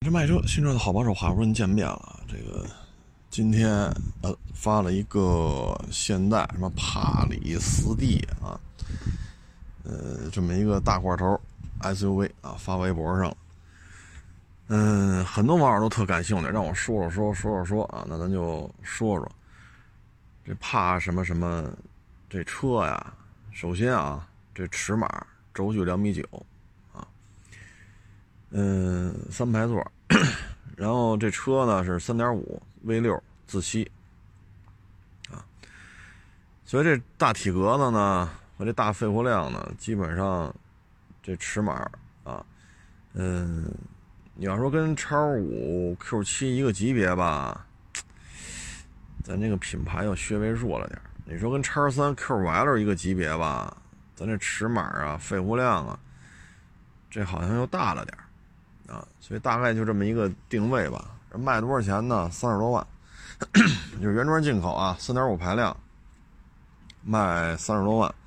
这卖车新车的好帮手华夫人见面了。这个今天发了一个现代什么帕里斯蒂啊，这么一个大块头 SUV 啊，发微博上了。很多网友都特感兴趣，让我说啊，那咱就说说这帕什么什么这车呀。首先啊，这尺码轴距2.9米啊，3排座。然后这车呢是 3.5 V6 自吸啊，所以这大体格子呢和这大肺活量呢，基本上这尺码啊，你要说跟 X5 Q7 一个级别吧，咱这个品牌又稍微弱了点。你说跟 X3 QL 一个级别吧，咱这尺码啊、肺活量啊，这好像又大了点啊，所以大概就这么一个定位吧。卖多少钱呢？30多万，就是原装进口啊，3.5排量，卖30多万。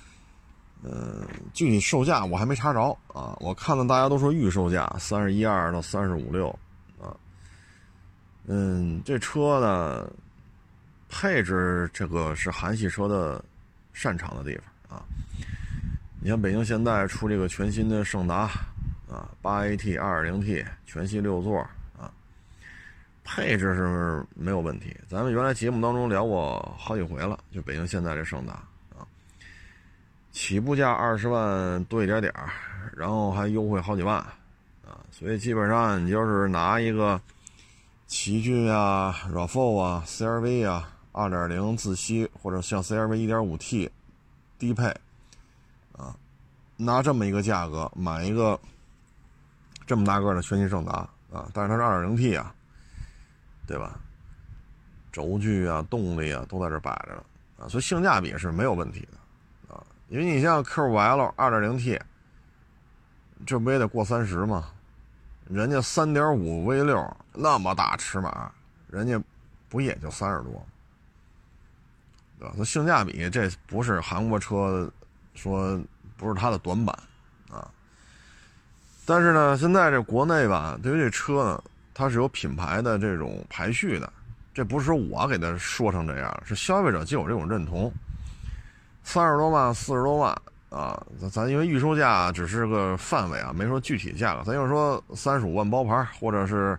具体售价我还没查着啊，我看到大家都说预售价31.2到35.6啊。这车呢，配置这个是韩系车的擅长的地方啊。你像北京现代出这个全新的胜达啊，8AT 2.0T 全系6座啊，配置是没有问题。咱们原来节目当中聊过好几回了，就北京现代这胜达啊，起步价20万多一点点，然后还优惠好几万啊，所以基本上你就是拿一个奇骏啊、RAV4 啊、CR-V 啊、2.0自吸，或者像 CR-V 1.5T 低配啊，拿这么一个价格买一个这么大个的全新胜达啊，但是它是 2.0T 啊，对吧？轴距啊、动力啊都在这摆着了啊，所以性价比是没有问题的啊。因为你像 QL 2.0T， 这不也得过30吗？人家 3.5 V6 那么大尺码，人家不也就30多，对吧？所以性价比这不是韩国车说不是它的短板啊。但是呢，现在这国内吧，对于这车呢，它是有品牌的这种排序的，这不是说我给它说成这样，是消费者就有这种认同。30多万、40多万啊，咱因为预售价只是个范围啊，没说具体价格，咱就说35万包牌，或者是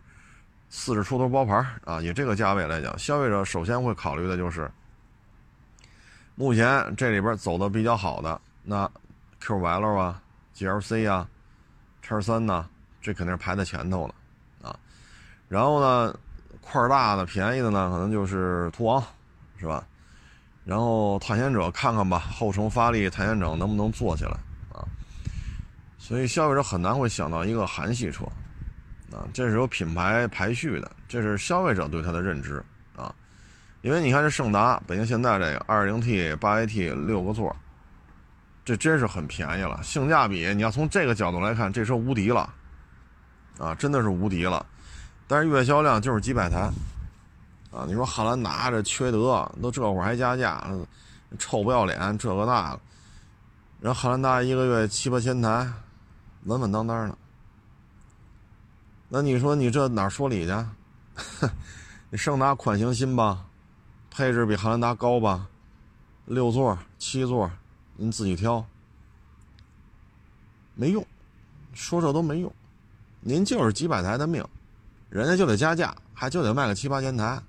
40出头包牌啊，以这个价位来讲，消费者首先会考虑的就是目前这里边走的比较好的那 QL 啊、GLC 啊、X3呢，这肯定是排在前头的啊。然后呢，块大的便宜的呢，可能就是途昂，是吧？然后探险者看看吧，后程发力探险者能不能做起来啊？所以消费者很难会想到一个韩系车啊，这是有品牌排序的，这是消费者对它的认知啊。因为你看这胜达北京现代这个 2.0T 8AT 6个座，这真是很便宜了，性价比你要从这个角度来看，这车无敌了啊，真的是无敌了。但是月销量就是几百台啊！你说汉兰达这缺德，都这会儿还加价，臭不要脸，这个那个。人汉兰达一个月7、8千台，稳稳当当的。那你说你这哪说理去？你胜达款型新吧，配置比汉兰达高吧，6座、7座，您自己挑，没用，说这都没用。您就是几百台的命，人家就得加价，还就得卖个7、8千台。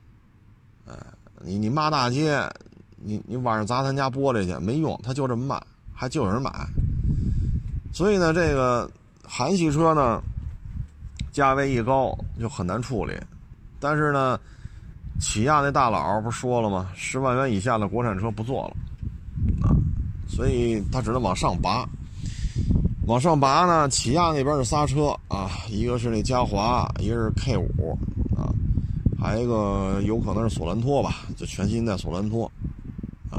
你骂大街，你晚上砸他家玻璃去没用，他就这么卖，还就有人买。所以呢，这个韩系车呢，价位一高就很难处理。但是呢，起亚那大佬不是说了吗？10万元以下的国产车不做了啊，所以他只能往上拔。往上拔呢，起亚那边是仨车啊，一个是那嘉华，一个是 K5 啊。还有一个有可能是索兰托吧，就全新的索兰托啊。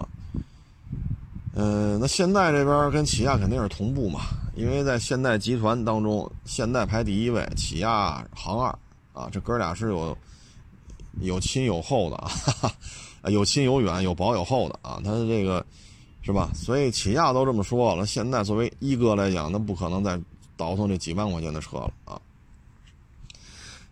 那现代这边跟起亚肯定是同步嘛，因为在现代集团当中，现代排第一位，起亚行2啊，这哥俩是有亲有厚的啊，有亲有远，有薄有厚的啊，他这个是吧？所以起亚都这么说了，现在作为一哥来讲，那不可能再倒腾这几万块钱的车了啊。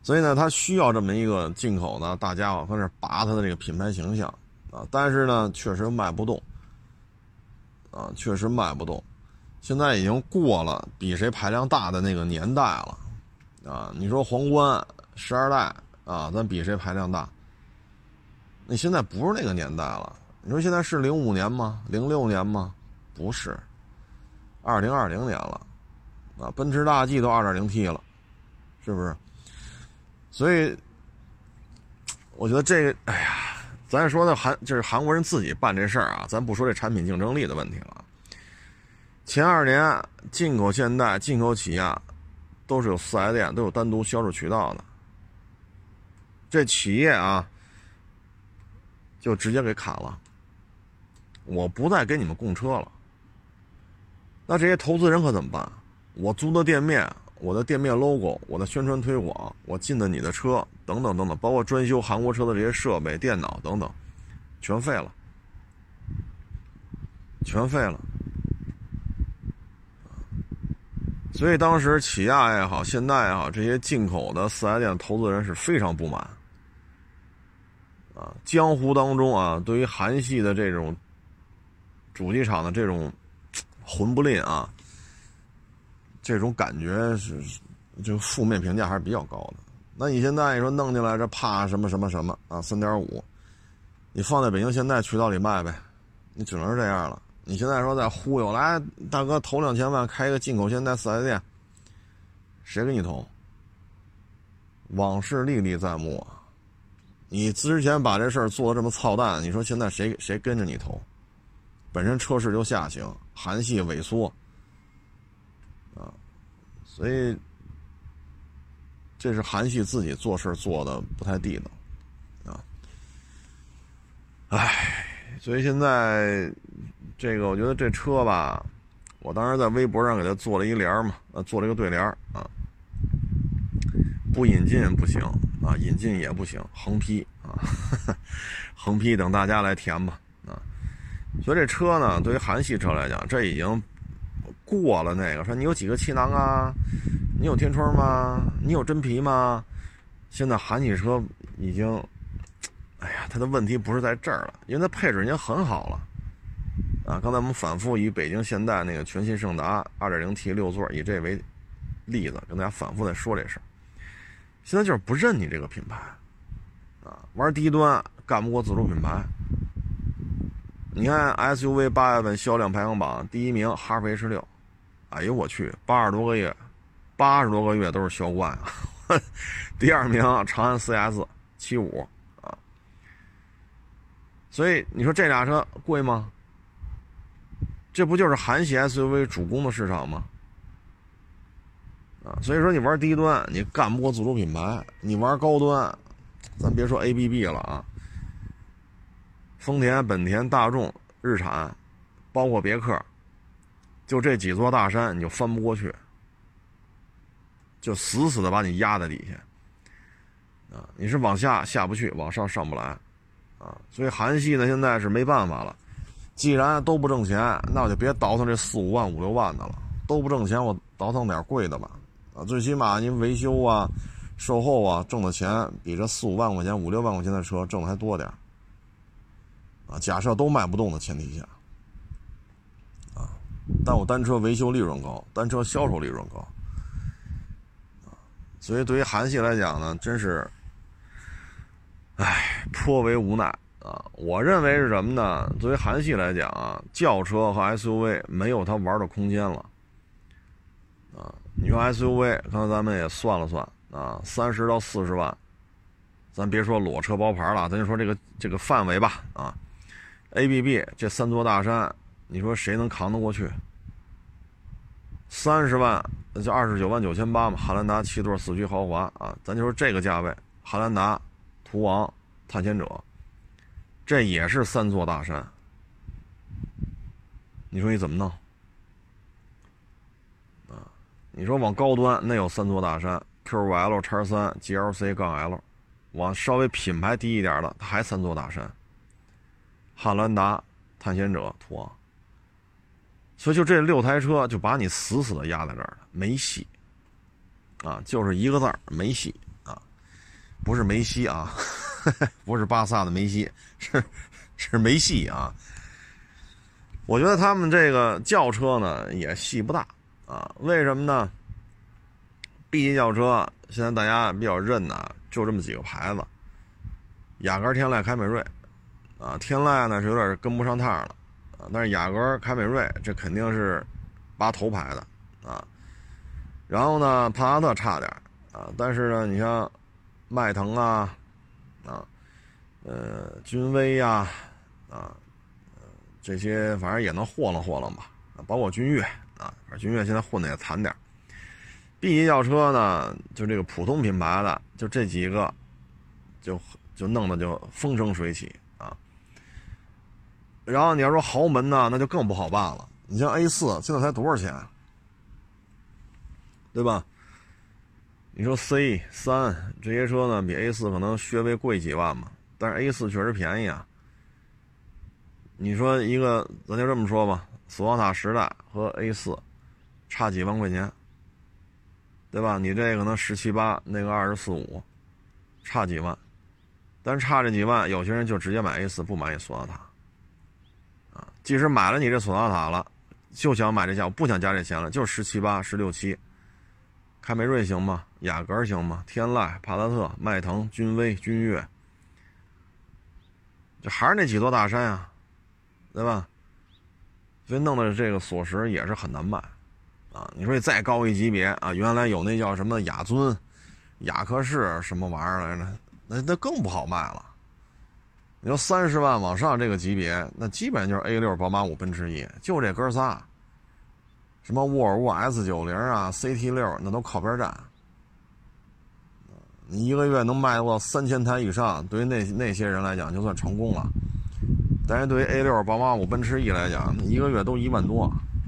所以呢，它需要这么一个进口呢，大家伙跟这拔它的这个品牌形象啊，但是呢，确实卖不动啊，确实卖不动。现在已经过了比谁排量大的那个年代了啊！你说皇冠12代啊，咱比谁排量大？那现在不是那个年代了。你说现在是05年吗？06年吗？不是，2020年了啊！奔驰大 G 都 2.0T 了，是不是？所以我觉得这个，哎呀，咱说的就是韩国人自己办这事儿啊，咱不说这产品竞争力的问题了。前2年进口现代、进口起亚都是有4S店，都有单独销售渠道的。这企业啊，就直接给砍了，我不再给你们供车了。那这些投资人可怎么办？我租的店面，我的店面 logo， 我的宣传推广，我进的你的车，等等等等，包括专修韩国车的这些设备、电脑等等，全废了，全废了。所以当时起亚也好，现代也好，这些进口的4S店投资人是非常不满啊。江湖当中啊，对于韩系的这种主机厂的这种混不吝啊，这种感觉是这个负面评价还是比较高的。那你现在你说弄进来这怕什么什么什么啊 3.5， 你放在北京现代渠道里卖呗，你只能是这样了。你现在说再忽悠来，大哥投2000万开一个进口现代4S店，谁给你投？往事历历在目啊！你之前把这事儿做得这么操蛋，你说现在谁跟着你投？本身车市就下行，韩系萎缩啊，所以这是韩系自己做事做的不太地道啊。唉，所以现在这个我觉得这车吧，我当时在微博上给他做了一联嘛，做了一个对联啊，不引进不行啊，引进也不行，横批啊，横批等大家来填吧啊。所以这车呢，对于韩系车来讲，这已经过了那个说你有几个气囊啊，你有天窗吗？你有真皮吗？现在韩系车已经，哎呀，它的问题不是在这儿了，因为它配置已经很好了。啊，刚才我们反复以北京现代那个全新胜达 2.0T 6座以这为例子，跟大家反复在说这事儿。现在就是不认你这个品牌，啊，玩低端干不过自主品牌。你看 SUV 8月份销量排行榜第1名哈弗 H6，哎呦我去，80多个月都是销冠啊。第2名长安 CS75啊，所以你说这俩车贵吗？这不就是韩系 SUV 主攻的市场吗？啊，所以说你玩低端，你干不过自主品牌；你玩高端，咱别说 ABB 了啊，丰田、本田、大众、日产，包括别克，就这几座大山你就翻不过去，就死死的把你压在底下。啊，你是往下下不去，往上上不来，啊，所以韩系呢现在是没办法了。既然都不挣钱，那我就别倒腾这4、5万、5、6万的了。都不挣钱，我倒腾点贵的吧。啊，最起码您维修啊、售后啊挣的钱比这4、5万块钱、5、6万块钱的车挣的还多点。啊，假设都卖不动的前提下，啊，但我单车维修利润高，单车销售利润高。啊，所以对于韩系来讲呢，真是，唉，颇为无奈。啊，我认为是什么呢？作为韩系来讲啊，轿车和 SUV 没有它玩的空间了。啊，你说 SUV， 刚才咱们也算了算啊，30到40万，咱别说裸车包牌了，咱就说这个范围吧。啊 ，ABB 这3座大山，你说谁能扛得过去？30万就29万9800嘛，汉兰达7座4驱豪华啊，咱就说这个价位，汉兰达、途昂、探险者。这也是3座大山，你说你怎么弄？啊，你说往高端那有3座大山 ，Q5L、X3、GLC-L， 往稍微品牌低一点的，它还3座大山，汉兰达、探险者、途昂。所以就这6台车就把你死死的压在这儿了，没戏。啊，就是一个字儿，没戏啊。 不是梅西啊，不是巴萨的梅西，是梅西啊。我觉得他们这个轿车呢也戏不大啊，为什么呢 ？B 级轿车现在大家比较认的就这么几个牌子，雅阁、天籁、凯美瑞啊。天籁呢是有点跟不上趟了啊，但是雅阁、凯美瑞这肯定是拔头牌的啊。然后呢，帕萨特差点啊，但是呢，你像迈腾啊，君威呀，这些反正也能霍楞霍楞吧，包括君越啊，反正君越现在混的也惨点。B 级轿车呢，就这个普通品牌的，就这几个，就弄得就风生水起啊。然后你要说豪门呢，那就更不好办了。你像 A4 现在才多少钱？对吧？你说 C3 这些车呢，比 A4 可能稍微贵几万嘛，但是 A4 确实便宜啊。你说一个，咱就这么说吧，索纳塔时代和 A4 差几万块钱，对吧？你这个能17、8，那个24、5，差几万。但是差这几万，有些人就直接买 A4，不买你索纳塔啊。即使买了你这索纳塔了，就想买这价，我不想加这钱了，就17、8、16、7。凯美瑞行吗？雅阁行吗？天籁、帕萨特、迈腾、君威、君越，这还是那几座大山啊，对吧？所以弄的这个锁匙也是很难卖啊。你说你再高一级别啊，原来有那叫什么雅尊、雅克士什么玩意儿来着，那更不好卖了。你说30万往上这个级别，那基本上就是 A6、宝马5、奔驰1，就这哥仨。什么沃尔沃 S90啊 CT6 那都靠边站，你一个月能卖过3000台以上，对于那些人来讲就算成功了。但是对于 A6、宝马5、奔驰1来讲，一个月都1万多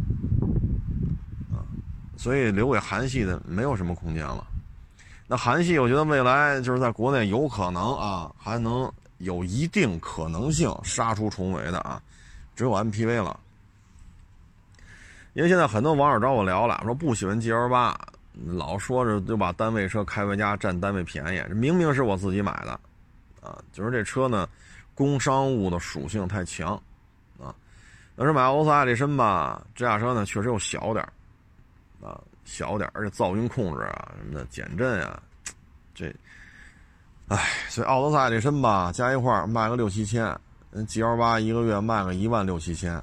啊，所以留给韩系的没有什么空间了。那韩系我觉得未来就是在国内有可能啊，还能有一定可能性杀出重围的啊，只有 MPV 了。因为现在很多网友找我聊了，说不喜欢 GL8， 老说着就把单位车开回家占单位便宜，明明是我自己买的啊，就是这车呢工商务的属性太强啊。要是买奥德赛艾力绅吧，这架车呢确实又小点啊，小点，而且噪音控制啊什么的减震啊，这所以奥德赛艾力绅吧加一块卖个6、7千，GL8 一个月卖个1万6、7千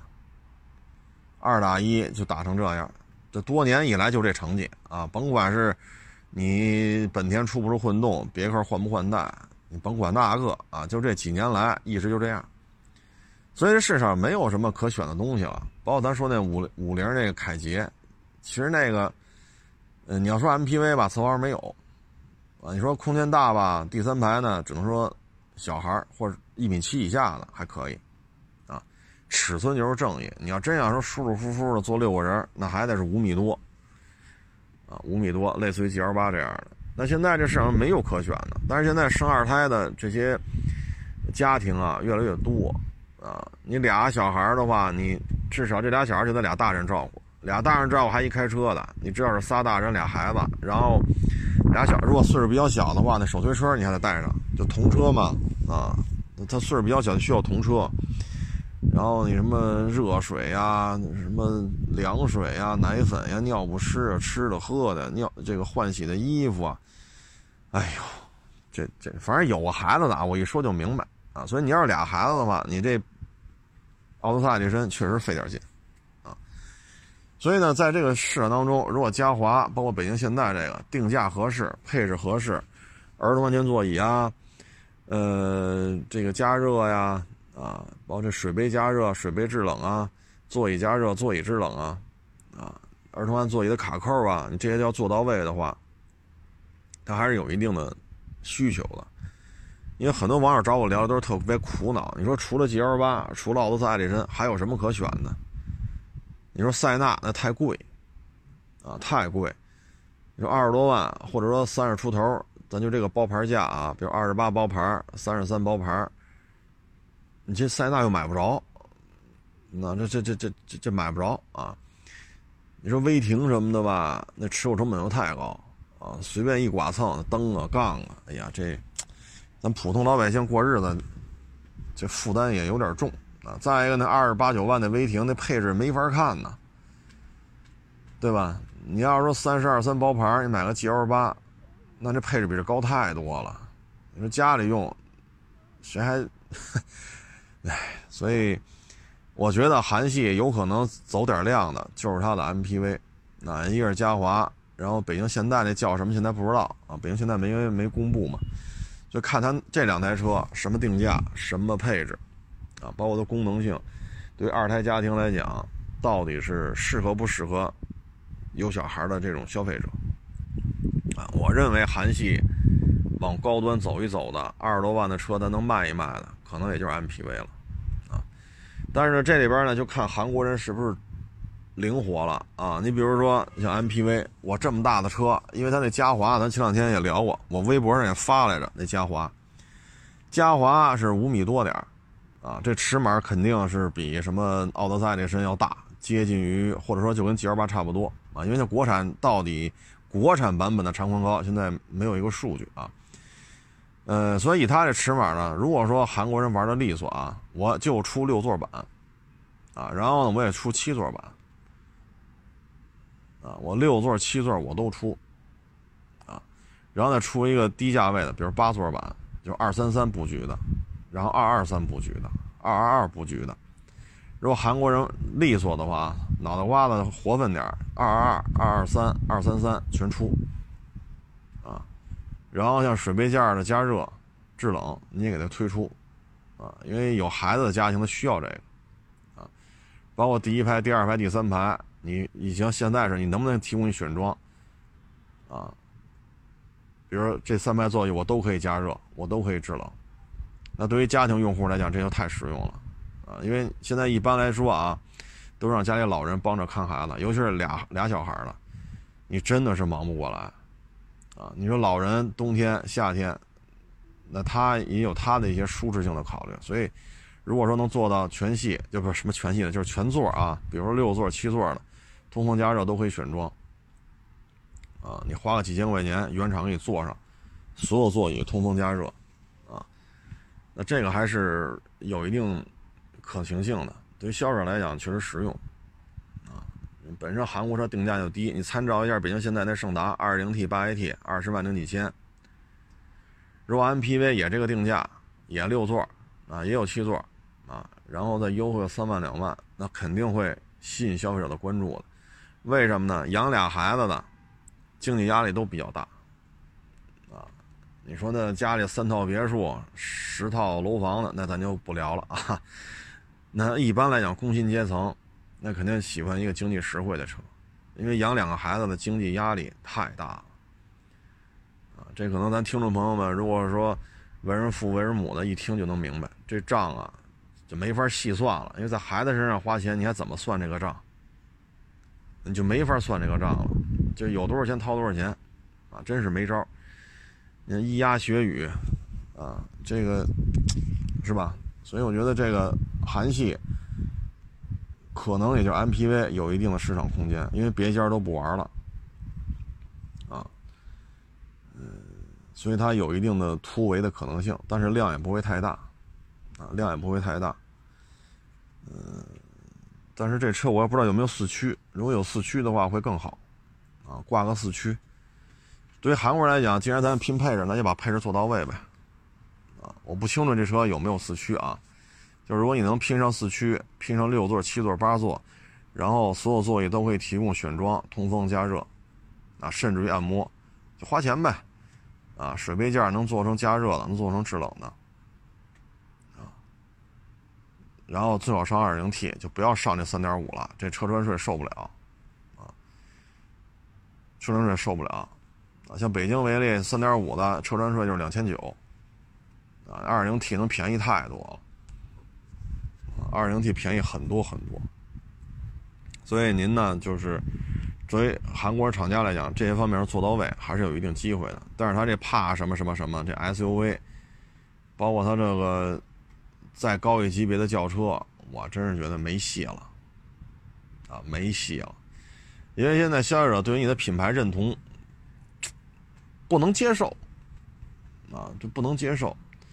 ，2打1就打成这样，这多年以来就这成绩啊！甭管是你本田出不出混动，别克换不换代，你甭管那个啊，就这几年来一直就这样。所以这市场没有什么可选的东西了。包括咱说那50那个凯捷，其实那个，你要说 MPV 吧，侧方没有啊。你说空间大吧，第3排呢，只能说小孩或者1.7米以下的还可以。尺寸就是正义，你要真要说舒舒服服的坐6个人，那还得是5米多啊，5米多，类似于 GL8 这样的。那现在这市场没有可选的，但是现在生2胎的这些家庭啊越来越多啊。你俩小孩的话，你至少这俩小孩就得俩大人照顾，俩大人照顾还一开车的，你知道是仨大人俩孩子，然后俩小，如果岁数比较小的话，那手推车你还得带上，就童车嘛啊，他岁数比较小就需要童车。然后你什么热水呀，什么凉水呀，奶粉呀，尿不湿啊，吃的喝的，这个换洗的衣服啊，哎呦，这反正有个孩子的啊，我一说就明白啊。所以你要是俩孩子的话，你这奥德赛这身确实费点劲啊。所以呢，在这个市场当中，如果嘉华包括北京现代这个定价合适，配置合适，儿童安全座椅啊，这个加热呀。啊，包括这水杯加热、水杯制冷啊，座椅加热、座椅制冷啊，儿童安座椅的卡扣啊，你这些要做到位的话，它还是有一定的需求的。因为很多网友找我聊的都是特别苦恼，你说除了 GL8，除了奥德赛艾力绅，还有什么可选的？你说塞纳那太贵啊，太贵。你说20多万，或者说30出头，咱就这个包牌价啊，比如28包牌、33包牌。你这塞纳又买不着，那这买不着啊！你说威霆什么的吧，那持有成本又太高啊，随便一剐蹭灯啊杠啊，哎呀，这咱普通老百姓过日子，这负担也有点重啊。再一个，那28、9万的威霆，那配置没法看呢，对吧？你要是说32.3包牌，你买个 GL8，那这配置比这高太多了。你说家里用，谁还？哎，所以我觉得韩系有可能走点量的，就是它的 MPV。那一个是嘉华，然后北京现代那叫什么，现在不知道啊。北京现代没公布嘛。就看它这两台车什么定价、什么配置，啊，包括它功能性，对二胎家庭来讲，到底是适合不适合有小孩的这种消费者，啊，我认为韩系往高端走一走的20多万的车，它能卖一卖的，可能也就是 MPV 了，啊，但是这里边呢，就看韩国人是不是灵活了啊！你比如说像 MPV， 我这么大的车，因为它那嘉华，咱前两天也聊过，我微博上也发来着，那嘉华是5米多点啊，这尺码肯定是比什么奥德赛那身要大，接近于或者说就跟 GL8 差不多啊，因为它国产版本的长宽高现在没有一个数据啊，所以以它这尺码呢，如果说韩国人玩的利索啊，我就出6座版啊，然后呢我也出7座版。啊，我6座、7座我都出，啊，然后再出一个低价位的，比如8座版，就是233布局的，然后223布局的，222布局的。如果韩国人利索的话，脑袋瓜子活分点，222、223、233全出，啊，然后像水杯架的加热、制冷，你也给它推出，啊，因为有孩子的家庭他需要这个，啊，包括第1排、第2排、第3排。你已经现在是你能不能提供选装啊？比如说这3排座椅我都可以加热，我都可以制冷。那对于家庭用户来讲，这就太实用了啊！因为现在一般来说啊，都让家里老人帮着看孩子，尤其是俩小孩了，你真的是忙不过来啊！你说老人冬天、夏天，那他也有他的一些舒适性的考虑，所以如果说能做到全系，就不是什么全系的，就是全座啊，比如说6座、7座的。通风加热都可以选装，啊，你花个几千块钱，原厂给你做上，所有座椅通风加热，啊，那这个还是有一定可行性的，对于消费者来讲确实实用，啊，本身韩国车定价就低，你参照一下北京现代那胜达 2.0T 8AT 20万零几千，如果 MPV 也这个定价，也6座啊，也有7座啊，然后再优惠3万2万，那肯定会吸引消费者的关注的。为什么呢？养俩孩子的经济压力都比较大啊！你说那家里3套别墅、10套楼房的，那咱就不聊了啊。那一般来讲，工薪阶层那肯定喜欢一个经济实惠的车，因为养2个孩子的经济压力太大了啊！这可能咱听众朋友们，如果说为人父为人母的，一听就能明白，这账啊就没法细算了，因为在孩子身上花钱，你还怎么算这个账？你就没法算这个账了，就有多少钱掏多少钱，啊，真是没招。你看咿呀学语，啊，这个是吧？所以我觉得这个韩系可能也就 MPV 有一定的市场空间，因为别家都不玩了，啊，所以它有一定的突围的可能性，但是量也不会太大，啊，量也不会太大，但是这车我也不知道有没有4驱，如果有4驱的话会更好，啊，挂个4驱。对于韩国人来讲，既然咱拼配置，那就把配置做到位呗，啊，我不清楚这车有没有4驱啊，就是如果你能拼上4驱，拼上6座、7座、8座，然后所有座椅都可以提供选装、通风加热，啊，甚至于按摩，就花钱呗，啊，水杯架能做成加热的，能做成制冷的。然后最好上 2.0T， 就不要上这 3.5 了，这车船税受不了啊，车船税受不了啊。像北京为例，3.5 的车船税就是2900啊， 2.0T 能便宜太多了，2.0T 便宜很多很多。所以您呢，就是作为韩国厂家来讲，这些方面做到位还是有一定机会的。但是他这怕什么什么什么，这 SUV 包括他这个再高一级别的轿车，我真是觉得没戏了啊，没戏了。因为现在消费者对于你的品牌认同不能接受啊，就不能接受。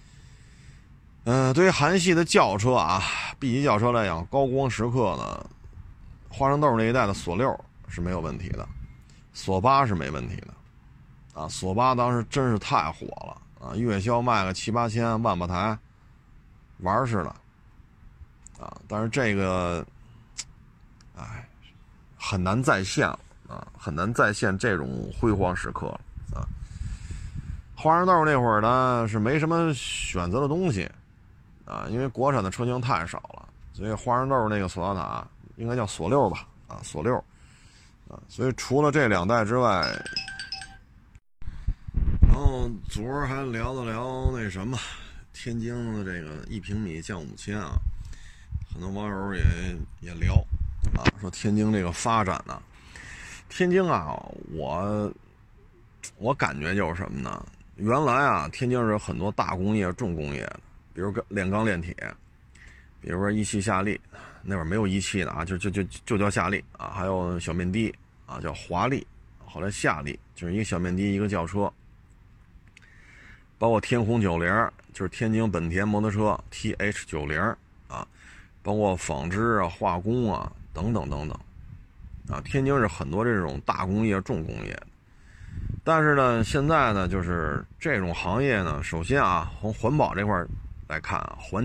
对于韩系的轿车啊 ，B 级轿车来讲，高光时刻呢，花生豆那一代的锁6是没有问题的，锁8是没问题的，啊，锁8当时真是太火了啊，月销卖个7、8千万把台，玩似的，啊，但是这个，哎，很难再现了啊，很难再现这种辉煌时刻了啊。花生豆那会儿呢是没什么选择的东西。啊，因为国产的车型太少了，所以花生豆那个索纳塔应该叫锁6吧，啊，锁6，啊，所以除了这2代之外，然后昨儿还聊了聊那什么，天津的这个1平米降5000啊，很多网友也聊，啊，说天津这个发展呢，天津啊，我感觉就是什么呢？原来啊，天津是很多大工业、重工业的。比如炼钢炼铁，比如说一汽夏利，那会儿没有一汽的啊，就叫夏利啊，还有小面的啊，叫华利，后来夏利就是一个小面的一个轿车，包括天虹90，就是天津本田摩托车 TH90 啊，包括纺织啊、化工啊等等等等啊，天津是很多这种大工业、重工业的。但是呢，现在呢，就是这种行业呢，首先啊，从环保这块来看啊，环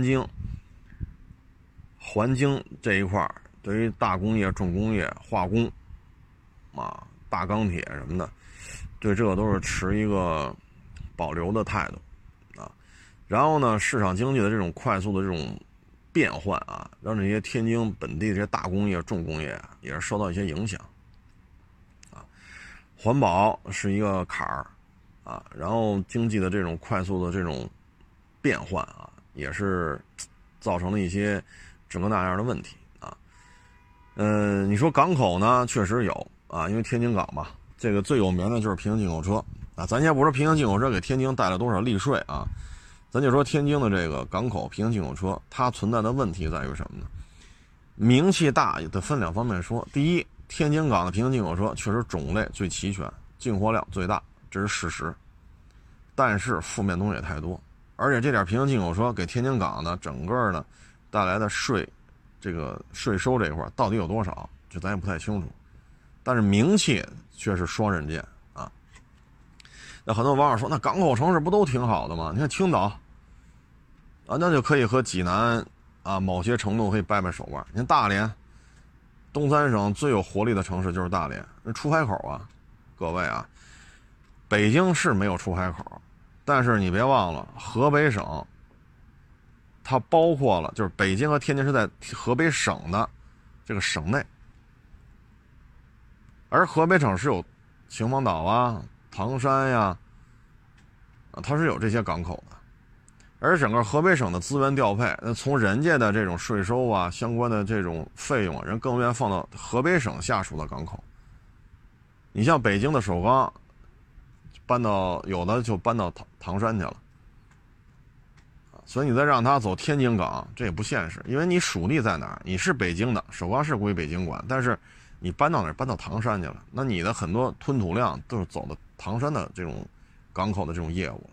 京这一块对于大工业、重工业、化工啊、大钢铁什么的，对这个都是持一个保留的态度啊。然后呢，市场经济的这种快速的这种变换啊，让这些天津本地的这些大工业、重工业也是受到一些影响啊。环保是一个坎儿啊，然后经济的这种快速的这种变换啊，也是造成了一些这个那样的问题啊。你说港口呢，确实有啊，因为天津港嘛，这个最有名的就是平行进口车啊。咱先不说平行进口车给天津带来多少利税啊，咱就说天津的这个港口平行进口车，它存在的问题在于什么呢？名气大也得分2方面说。第一，天津港的平行进口车确实种类最齐全，进货量最大，这是事实。但是负面东西也太多，而且这点平行进口车给天津港呢整个呢带来的这个税收这一块到底有多少，这咱也不太清楚。但是名气却是双刃剑啊。那很多网友说，那港口城市不都挺好的吗？你看青岛啊，那就可以和济南啊某些程度可以掰掰手腕。你看大连，东三省最有活力的城市就是大连，那出海口啊，各位啊，北京是没有出海口，但是你别忘了，河北省它包括了，就是北京和天津是在河北省的这个省内，而河北省是有秦皇岛啊、唐山呀，它是有这些港口的。而整个河北省的资源调配，那从人家的这种税收啊、相关的这种费用啊，人更愿意放到河北省下属的港口。你像北京的首钢，有的就搬到唐山去了，所以你再让他走天津港，这也不现实，因为你属地在哪儿？你是北京的，首钢是归北京管，但是你搬到哪儿？搬到唐山去了，那你的很多吞吐量都是走到唐山的这种港口的这种业务了。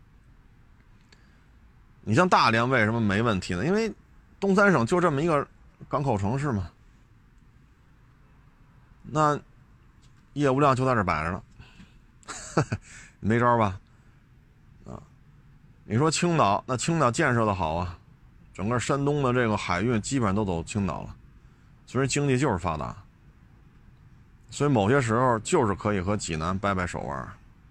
你像大连为什么没问题呢？因为东三省就这么一个港口城市嘛，那业务量就在这摆着呢，没招吧？啊，你说青岛，那青岛建设的好啊，整个山东的这个海运基本上都走青岛了，所以经济就是发达，所以某些时候就是可以和济南掰掰手腕，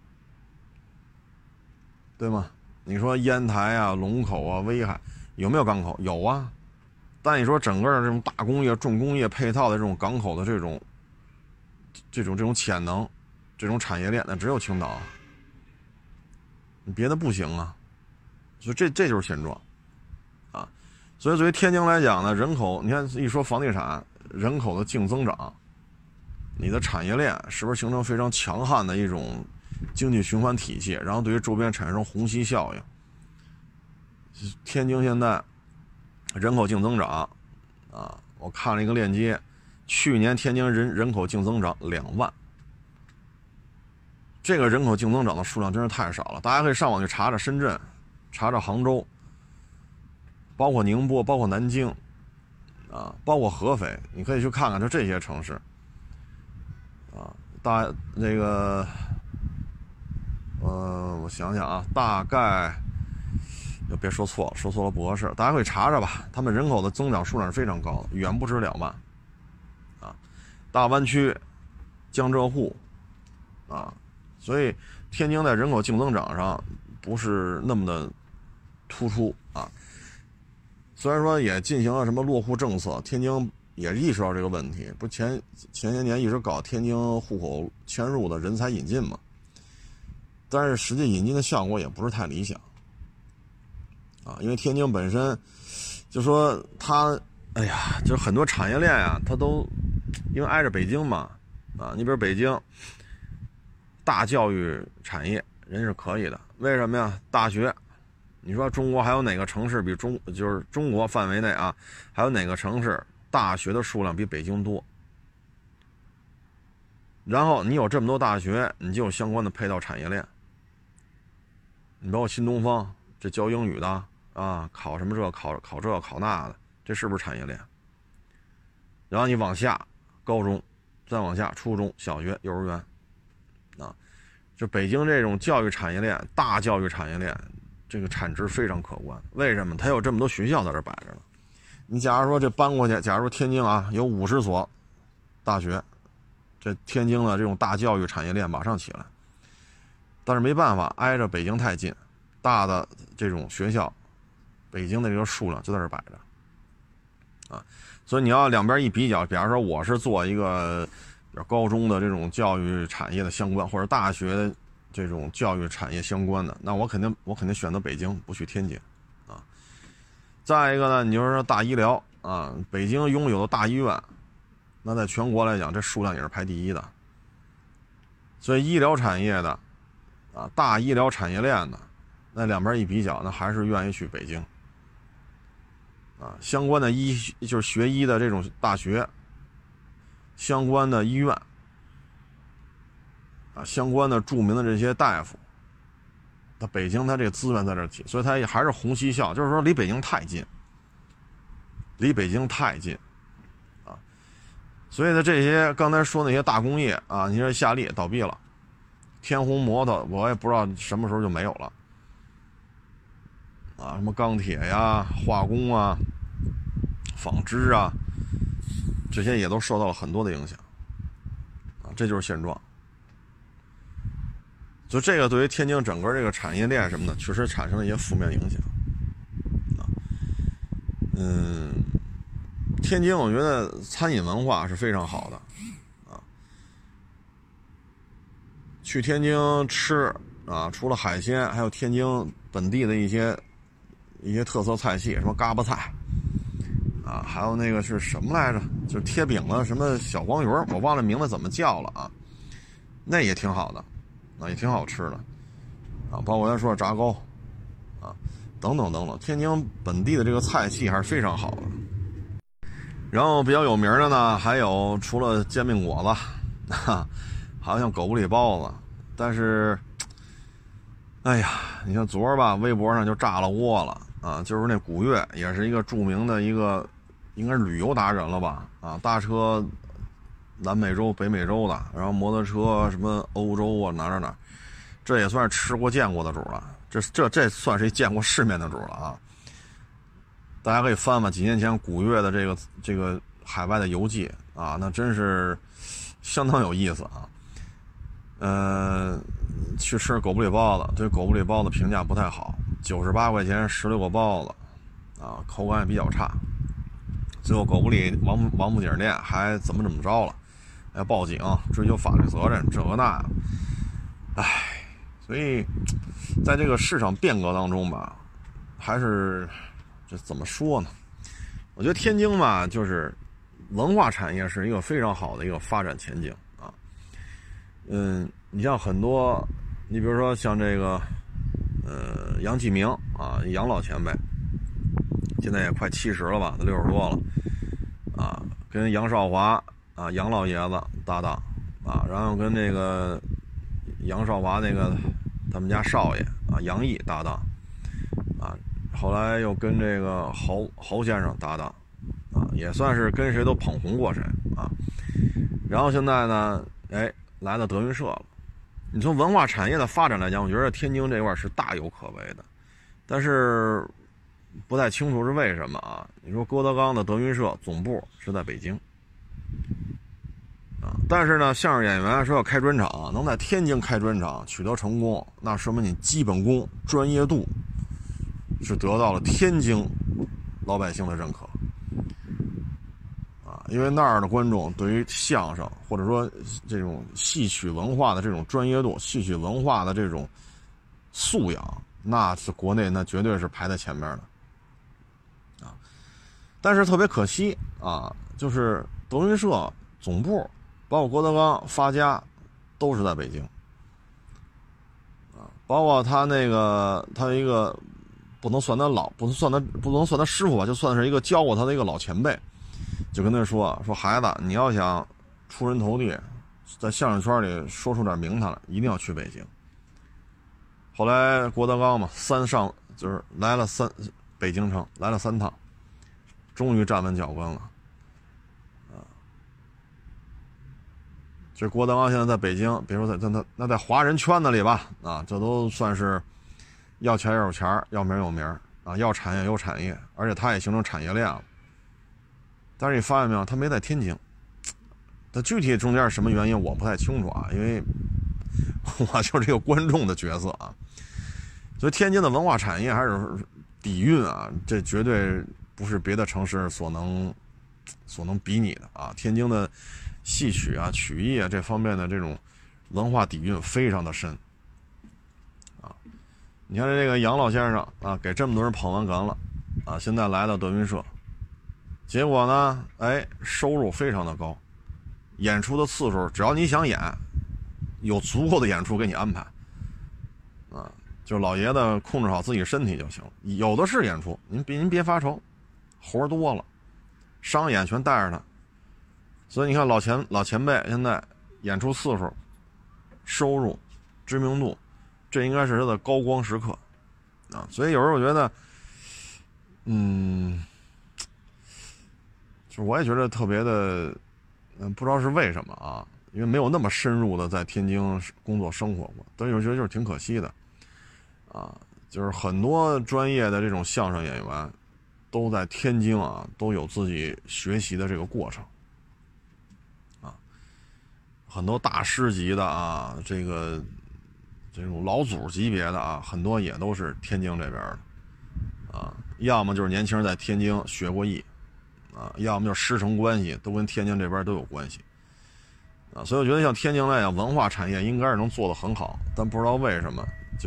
对吗？你说烟台啊、龙口啊、威海有没有港口？有啊，但你说整个的这种大工业、重工业配套的这种港口的这种潜能、这种产业链，那只有青岛，别的不行啊。所以这就是现状啊。所以作为天津来讲呢，人口，你看一说房地产，人口的净增长，你的产业链是不是形成非常强悍的一种经济循环体系，然后对于周边产生虹吸效应？天津现在人口净增长啊，我看了一个链接，去年天津人口净增长2万，这个人口净增长的数量真是太少了。大家可以上网去查查深圳，查查杭州， 包括宁波，包括南京，啊，包括合肥，你可以去看看，就这些城市，啊，我想想啊，大概，就别说错了，说错了不合适，大家可以查查吧。他们人口的增长数量是非常高的，远不止2万，啊，大湾区、江浙沪，啊，所以天津在人口净增长上不是那么的突出啊。虽然说也进行了什么落户政策，天津也意识到这个问题，不前些年一直搞天津户口迁入的人才引进嘛，但是实际引进的效果也不是太理想啊，因为天津本身就说它，哎呀，就是很多产业链呀，它都因为挨着北京嘛，啊，你比如北京大教育产业人是可以的，为什么呀？大学。你说中国还有哪个城市比就是中国范围内啊，还有哪个城市大学的数量比北京多？然后你有这么多大学，你就有相关的配套产业链。你包括新东方这教英语的啊，考什么这考这考那的，这是不是产业链？然后你往下，高中，再往下，初中小学、幼儿园，啊，就北京这种教育产业链，大教育产业链。这个产值非常可观，为什么？它有这么多学校在这摆着呢。你假如说这搬过去，假如说天津啊有50所大学，这天津的这种大教育产业链马上起来。但是没办法，挨着北京太近，大的这种学校，北京的这个数量就在这摆着，啊，所以你要两边一比较，比方说我是做一个高中的这种教育产业的相关，或者大学的。这种教育产业相关的，那我肯定选择北京，不去天津，啊。再一个呢，你就是说大医疗啊，北京拥有的大医院，那在全国来讲，这数量也是排第一的。所以医疗产业的，啊，大医疗产业链的，那两边一比较，那还是愿意去北京，啊，相关的就是学医的这种大学，相关的医院。啊，相关的著名的这些大夫，他北京他这个资源在这起，所以他也还是虹吸效，就是说离北京太近，啊，所以呢，这些刚才说那些大工业啊，你说夏利倒闭了，天虹摩托我也不知道什么时候就没有了，啊，什么钢铁呀、化工啊、纺织啊，这些也都受到了很多的影响，啊，这就是现状。就这个对于天津整个这个产业链什么的，确实产生了一些负面影响，啊，天津我觉得餐饮文化是非常好的，啊，去天津吃啊，除了海鲜，还有天津本地的一些特色菜系，什么嘎巴菜，啊，还有那个是什么来着？就是贴饼的什么小黄鱼，我忘了名字怎么叫了啊，那也挺好的。啊，也挺好吃的，啊，包括咱说的炸糕，啊，等等等等，天津本地的这个菜系还是非常好的。然后比较有名的呢，还有除了煎饼果子，还有像狗不理包子，但是，哎呀，你像昨儿吧，微博上就炸了窝了啊，就是那古月也是一个著名的一个，应该是旅游达人了吧，啊，搭车。南美洲、北美洲的，然后摩托车什么欧洲啊，哪，这也算是吃过见过的主了。这算是一见过世面的主了啊！大家可以翻翻几年前古月的这个海外的游记啊，那真是相当有意思啊。去吃狗不理包子，对狗不理包子评价不太好，98块钱16个包子，啊，口感也比较差。最后狗不理王府井店还怎么着了？要报警追究法律责任，这个那，唉，所以在这个市场变革当中吧，还是这怎么说呢？我觉得天津嘛，就是文化产业是一个非常好的一个发展前景啊。你像很多，你比如说像这个杨继明啊，杨老前辈，现在也快70了吧，都60多了啊，跟杨少华。啊，杨老爷子搭档啊，然后跟那个杨少华那个他们家少爷啊杨毅搭档啊， 后来又跟这个侯先生搭档，啊，也算是跟谁都捧红过谁啊。然后现在呢，哎，来到德云社了。你从文化产业的发展来讲，我觉得天津这块是大有可为的，但是不太清楚是为什么啊？你说郭德纲的德云社总部是在北京，啊，但是呢，相声演员说要开专场，能在天津开专场取得成功，那说明你基本功、专业度是得到了天津老百姓的认可。因为那儿的观众对于相声或者说这种戏曲文化的这种专业度、戏曲文化的这种素养，那是国内那绝对是排在前面的啊。但是特别可惜啊，就是德云社总部包括郭德纲发家都是在北京啊，包括他那个他一个不能算他师傅吧，就算是一个教过他的一个老前辈。就跟他说孩子，你要想出人头地，在相声圈里说出点名堂来，一定要去北京。后来郭德纲嘛，就是来了北京城来了3趟，终于站稳脚跟了。这郭德纲现在在北京，别说在华人圈子里吧，啊，这都算是要钱有钱，要名有名啊，要产业有产业，而且他也形成产业链了。但是你发现没有，他没在天津。他具体中间是什么原因我不太清楚啊，因为我就是一个观众的角色啊。所以天津的文化产业还是底蕴啊，这绝对不是别的城市所能比拟的啊。天津的戏曲啊、曲艺啊这方面的这种文化底蕴非常的深啊。你看这个杨老先生啊，给这么多人捧完哏了啊，现在来到德云社。结果呢，哎，收入非常的高，演出的次数只要你想演，有足够的演出给你安排，啊，就老爷子控制好自己身体就行了，有的是演出，您别发愁，活多了，商演全带着他，所以你看老前辈现在演出次数、收入、知名度，这应该是他的高光时刻，啊，所以有时候我觉得，就我也觉得特别的，不知道是为什么啊，因为没有那么深入的在天津工作生活过，但是我觉得就是挺可惜的，啊，就是很多专业的这种相声演员都在天津啊，都有自己学习的这个过程，啊，很多大师级的啊，这种老祖级别的啊，很多也都是天津这边的，啊，要么就是年轻人在天津学过艺。啊，要么就是师承关系，都跟天津这边都有关系，啊，所以我觉得像天津来讲，文化产业应该是能做得很好，但不知道为什么，就是，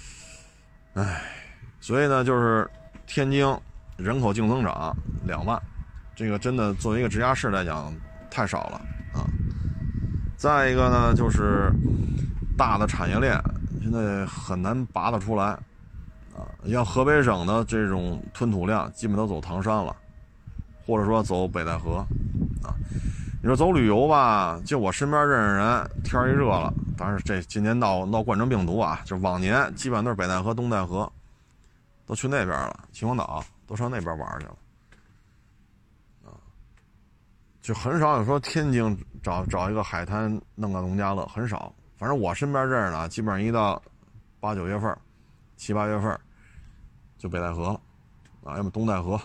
所以呢，就是天津人口净增长2万，这个真的作为一个直辖市来讲太少了啊。再一个呢，就是大的产业链现在很难拔得出来，啊，像河北省的这种吞吐量基本都走唐山了。或者说走北戴河，啊，你说走旅游吧，就我身边认识人，天一热了，当然这今年闹冠状病毒啊，就往年基本都是北戴河、东戴河，都去那边了，秦皇岛都上那边玩去了，啊，就很少有说天津找一个海滩弄个农家乐，很少。反正我身边认识的，基本上一到8、9月份、7、8月份就北戴河了，啊，要么东戴河。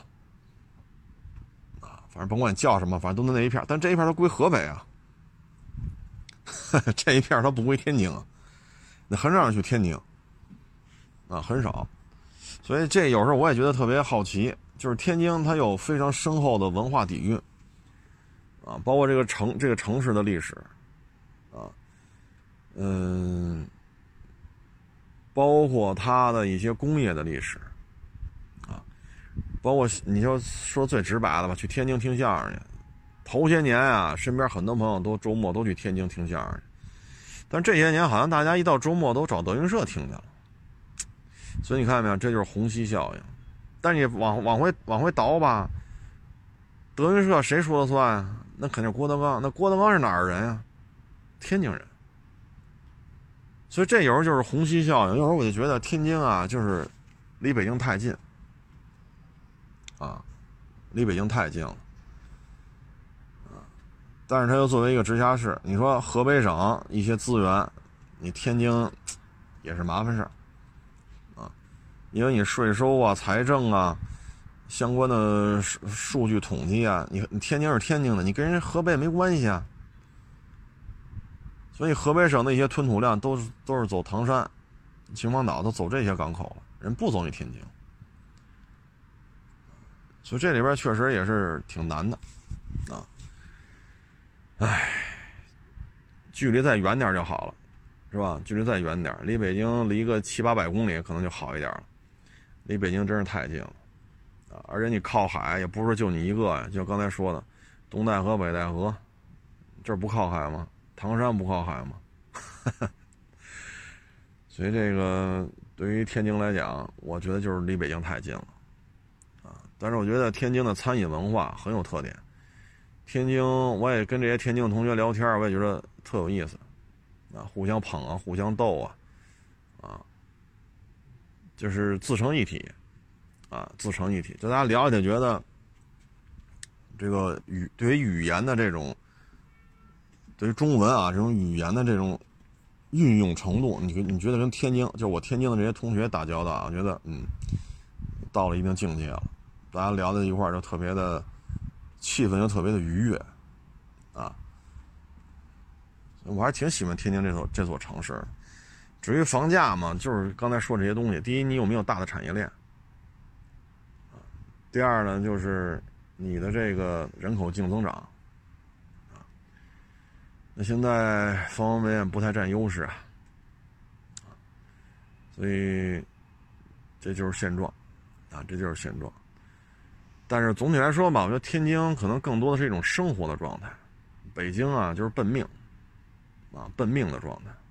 反正甭管叫什么，反正都在那一片，但这一片它归河北啊，这一片它不归天津啊，那很少人去天津啊，很少，所以这有时候我也觉得特别好奇，就是天津它有非常深厚的文化底蕴啊，包括这个城市的历史啊，包括它的一些工业的历史。包括你就说最直白的吧，去天津听相声去。头些年啊，身边很多朋友都周末都去天津听相声去，但这些年好像大家一到周末都找德云社听去了。所以你看到没有，这就是虹吸效应。但你往回倒吧，德云社谁说了算啊？那肯定是郭德纲。那郭德纲是哪儿人啊？天津人。所以这有时候就是虹吸效应。有时候我就觉得天津啊，就是离北京太近啊，离北京太近了啊。但是它又作为一个直辖市，你说河北省一些资源，你天津也是麻烦事儿啊，因为你税收啊、财政啊相关的数据统计啊，你天津是天津的，你跟人河北没关系啊。所以河北省的一些吞吐量都是走唐山、秦皇岛，都走这些港口了，人不走你天津。所以这里边确实也是挺难的啊。唉，距离再远点就好了，是吧？距离再远点，离北京离个700-800公里可能就好一点了。离北京真是太近了啊！而且你靠海也不是就你一个呀，就刚才说的，东戴河、北戴河，这不靠海吗？唐山不靠海吗？所以这个对于天津来讲，我觉得就是离北京太近了啊。但是我觉得天津的餐饮文化很有特点。天津，我也跟这些天津的同学聊天，我也觉得特有意思啊，互相捧啊，互相斗啊，就是自成一体啊，自成一体。就大家聊起来觉得这个对于语言的这种。对于中文啊这种语言的这种运用程度，你觉得跟天津，就是我天津的这些同学打交道啊，我觉得到了一定境界了，大家聊在一块儿就特别的气氛，就特别的愉悦啊。我还挺喜欢天津这座城市。至于房价嘛，就是刚才说这些东西，第一，你有没有大的产业链第二呢，就是你的这个人口净增长。那现在方方面面不太占优势啊，所以这就是现状啊，这就是现状。但是总体来说吧，我觉得天津可能更多的是一种生活的状态，北京啊就是奔命啊，奔命的状态。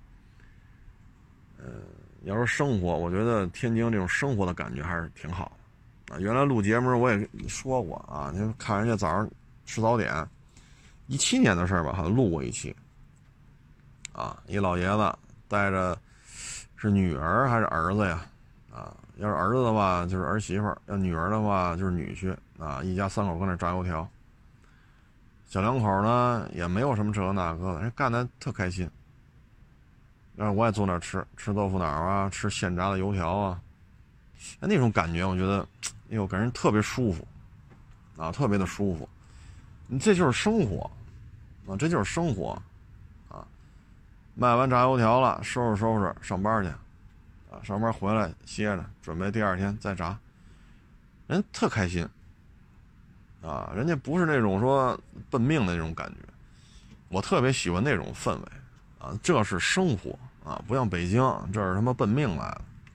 要说生活，我觉得天津这种生活的感觉还是挺好的啊。原来录节目我也说过啊，你看人家早上吃早点。17年的事儿吧，好像录过一期，啊，一老爷子带着是女儿还是儿子呀？啊，要是儿子的话就是儿媳妇儿，要女儿的话就是女婿啊，一家3口跟那炸油条。小两口呢也没有什么这个那个的，人干得特开心。然后我也坐那吃豆腐脑啊，吃现炸的油条啊，那种感觉我觉得，哎呦，给人特别舒服，啊，特别的舒服。你这就是生活。啊，这就是生活，啊，卖完炸油条了，收拾上班去，啊，上班回来歇着，准备第2天再炸，人特开心，啊，人家不是那种说奔命的那种感觉，我特别喜欢那种氛围，啊，这是生活啊，不像北京，这是他妈奔命来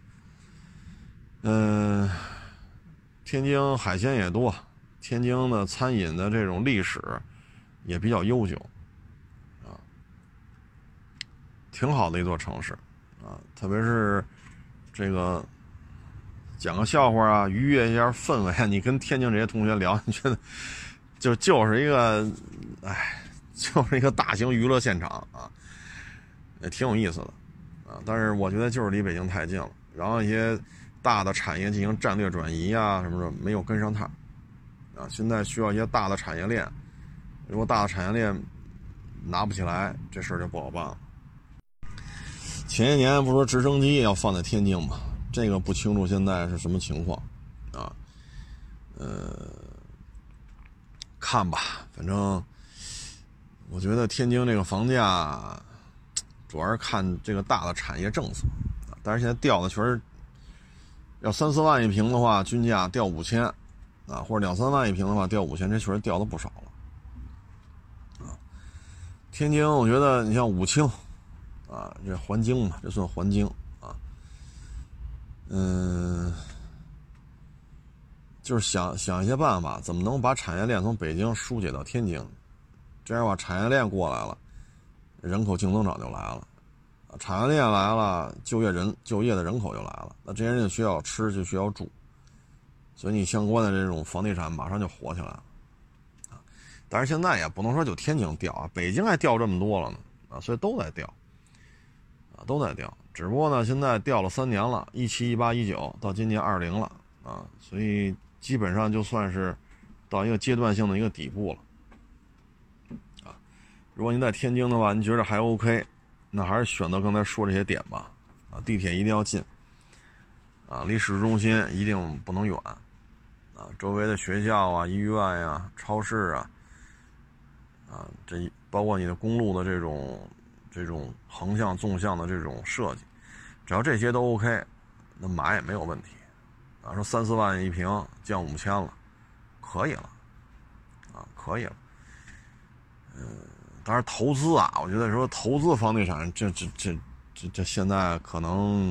的。天津海鲜也多，天津的餐饮的这种历史。也比较悠久，啊，挺好的一座城市，啊，特别是这个讲个笑话啊，愉悦一下氛围啊。你跟天津这些同学聊，你觉得就是一个，就是一个大型娱乐现场啊，也挺有意思的，啊，但是我觉得就是离北京太近了，然后一些大的产业进行战略转移啊什么的没有跟上它，啊，现在需要一些大的产业链。如果大的产业链拿不起来，这事儿就不好办了。前些年不是说直升机要放在天津吗？这个不清楚现在是什么情况啊？看吧，反正我觉得天津这个房价主要是看这个大的产业政策，但是现在掉的确实要3-4万一平的话，均价掉5000啊，或者2-3万一平的话掉5000，这确实掉的不少了。天津，我觉得你像武清，啊，这环京嘛，这算环京啊，就是想一些办法，怎么能把产业链从北京疏解到天津，这样吧，产业链过来了，人口净增长就来了，产业链来了，就业的人口就来了，那这些人就需要吃，就需要住，所以你相关的这种房地产马上就火起来了。但是现在也不能说就天津掉啊，北京还掉这么多了呢啊，所以都在掉都在掉。只不过呢，现在掉了3年了，17、18、19到今年20了啊，所以基本上就算是到一个阶段性的一个底部了啊。如果您在天津的话，您觉得还 OK， 那还是选择刚才说这些点吧啊，地铁一定要近啊，离市中心一定不能远啊，周围的学校啊、医院呀、超市啊，这包括你的公路的这种横向、纵向的这种设计，只要这些都 OK， 那买也没有问题啊。说3、4万一平降5000了，可以了啊，可以了。当然投资啊，我觉得说投资房地产，这现在可能，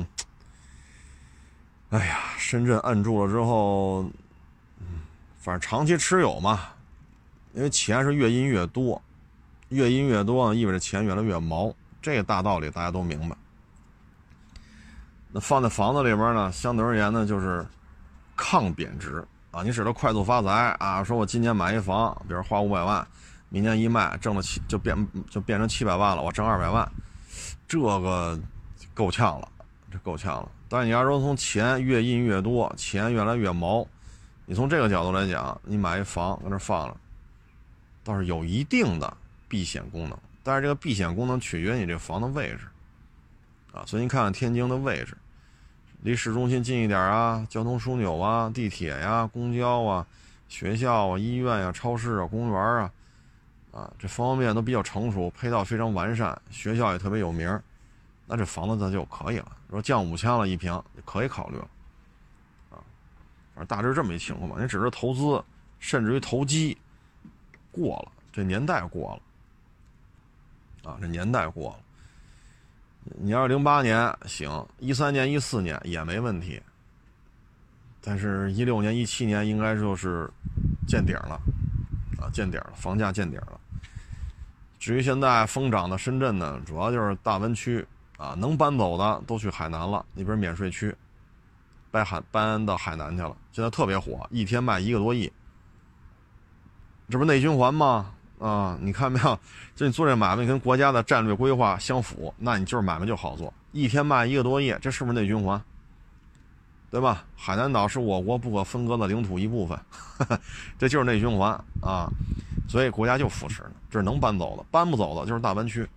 哎呀，深圳按住了之后，反正长期持有嘛，因为钱是越印越多，越印越多意味着钱越来越毛，这个大道理大家都明白。那放在房子里边呢，相对而言呢，就是抗贬值啊，你使它快速发财啊，说我今年买一房，比如花500万，明年一卖挣了就变成700万了，我挣200万，这个够呛了，这够呛了。但是你要说从钱越印越多，钱越来越毛，你从这个角度来讲，你买一房搁那放着，倒是有一定的避险功能，但是这个避险功能取决于你这房的位置啊，所以你看看天津的位置，离市中心近一点啊，交通枢纽啊，地铁呀、公交啊、学校啊、医院呀、超市啊、公园啊，这方方面面都比较成熟，配套非常完善，学校也特别有名，那这房子咱就可以了。说降5000了一平，可以考虑了啊。反正大致这么一情况吧。你只是投资，甚至于投机，过了这年代过了啊，这年代过了。你要是08年行，13年、14年也没问题，但是16年、17年应该就是见顶了啊，见顶了，房价见顶了。至于现在疯涨的深圳呢，主要就是大湾区啊，能搬走的都去海南了，那边免税区，搬到海南去了，现在特别火，一天卖1个多亿，这不是内循环吗？啊，你看没有？就你做这买卖跟国家的战略规划相符，那你就是买卖就好做，一天卖1个多亿，这是不是内循环？对吧？海南岛是我国不可分割的领土一部分，这就是内循环啊，所以国家就扶持呢，这是能搬走的，搬不走的就是大湾区。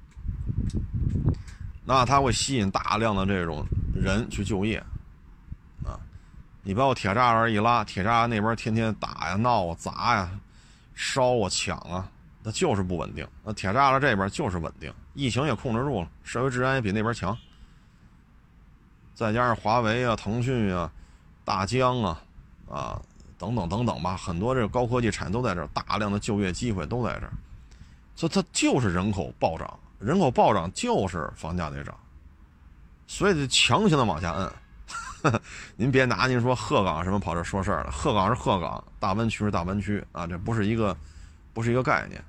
那它会吸引大量的这种人去就业啊！你把我铁栅栏一拉，铁栅栏那边天天打呀、闹啊、砸呀、烧啊、抢啊，那就是不稳定。那铁栅栏这边就是稳定，疫情也控制住了，社会治安也比那边强。再加上华为啊、腾讯啊、大疆啊、等等等等吧，很多这个高科技产业都在这儿，大量的就业机会都在这儿，所以它就是人口暴涨，人口暴涨就是房价得涨，所以得强行的往下摁。您别拿您说鹤岗什么跑这说事儿了，鹤岗是鹤岗，大湾区是大湾区啊，这不是一个概念。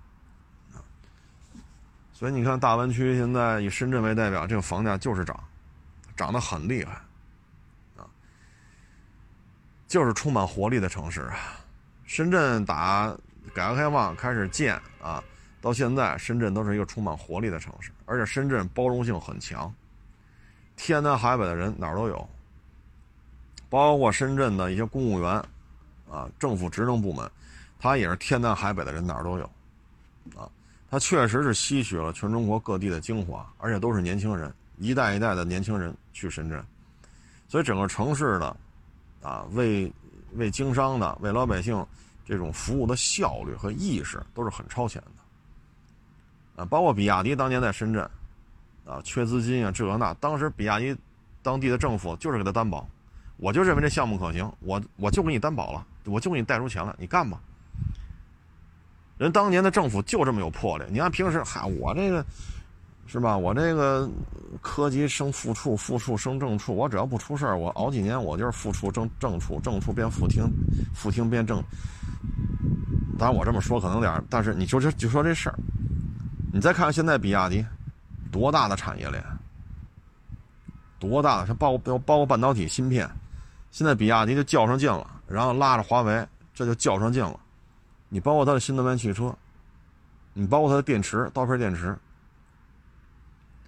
所以你看大湾区现在以深圳为代表，这个房价就是涨得很厉害啊，就是充满活力的城市啊。深圳打改革开放开始建啊，到现在深圳都是一个充满活力的城市，而且深圳包容性很强，天南海北的人哪儿都有，包括深圳的一些公务员啊，政府职能部门，他也是天南海北的人哪儿都有啊。它确实是吸取了全中国各地的精华，而且都是年轻人，一代一代的年轻人去深圳，所以整个城市的为经商的、为老百姓这种服务的效率和意识都是很超前的包括比亚迪当年在深圳缺资金啊，这个那，当时比亚迪当地的政府就是给他担保，我就认为这项目可行，我就给你担保了，我就给你贷出钱了，你干吧。人当年的政府就这么有魄力，你看平时我这个是吧，我这个科级升副处，副处升正处，我只要不出事儿，我熬几年我就是副处正处，正处变副厅，副厅变正。当然我这么说可能点，但是你就说这事儿，你再看看现在比亚迪多大的产业链，多大的，它包括半导体芯片，现在比亚迪就较上劲了，然后拉着华为这就较上劲了。你包括它的新能源汽车，你包括它的电池，刀片电池，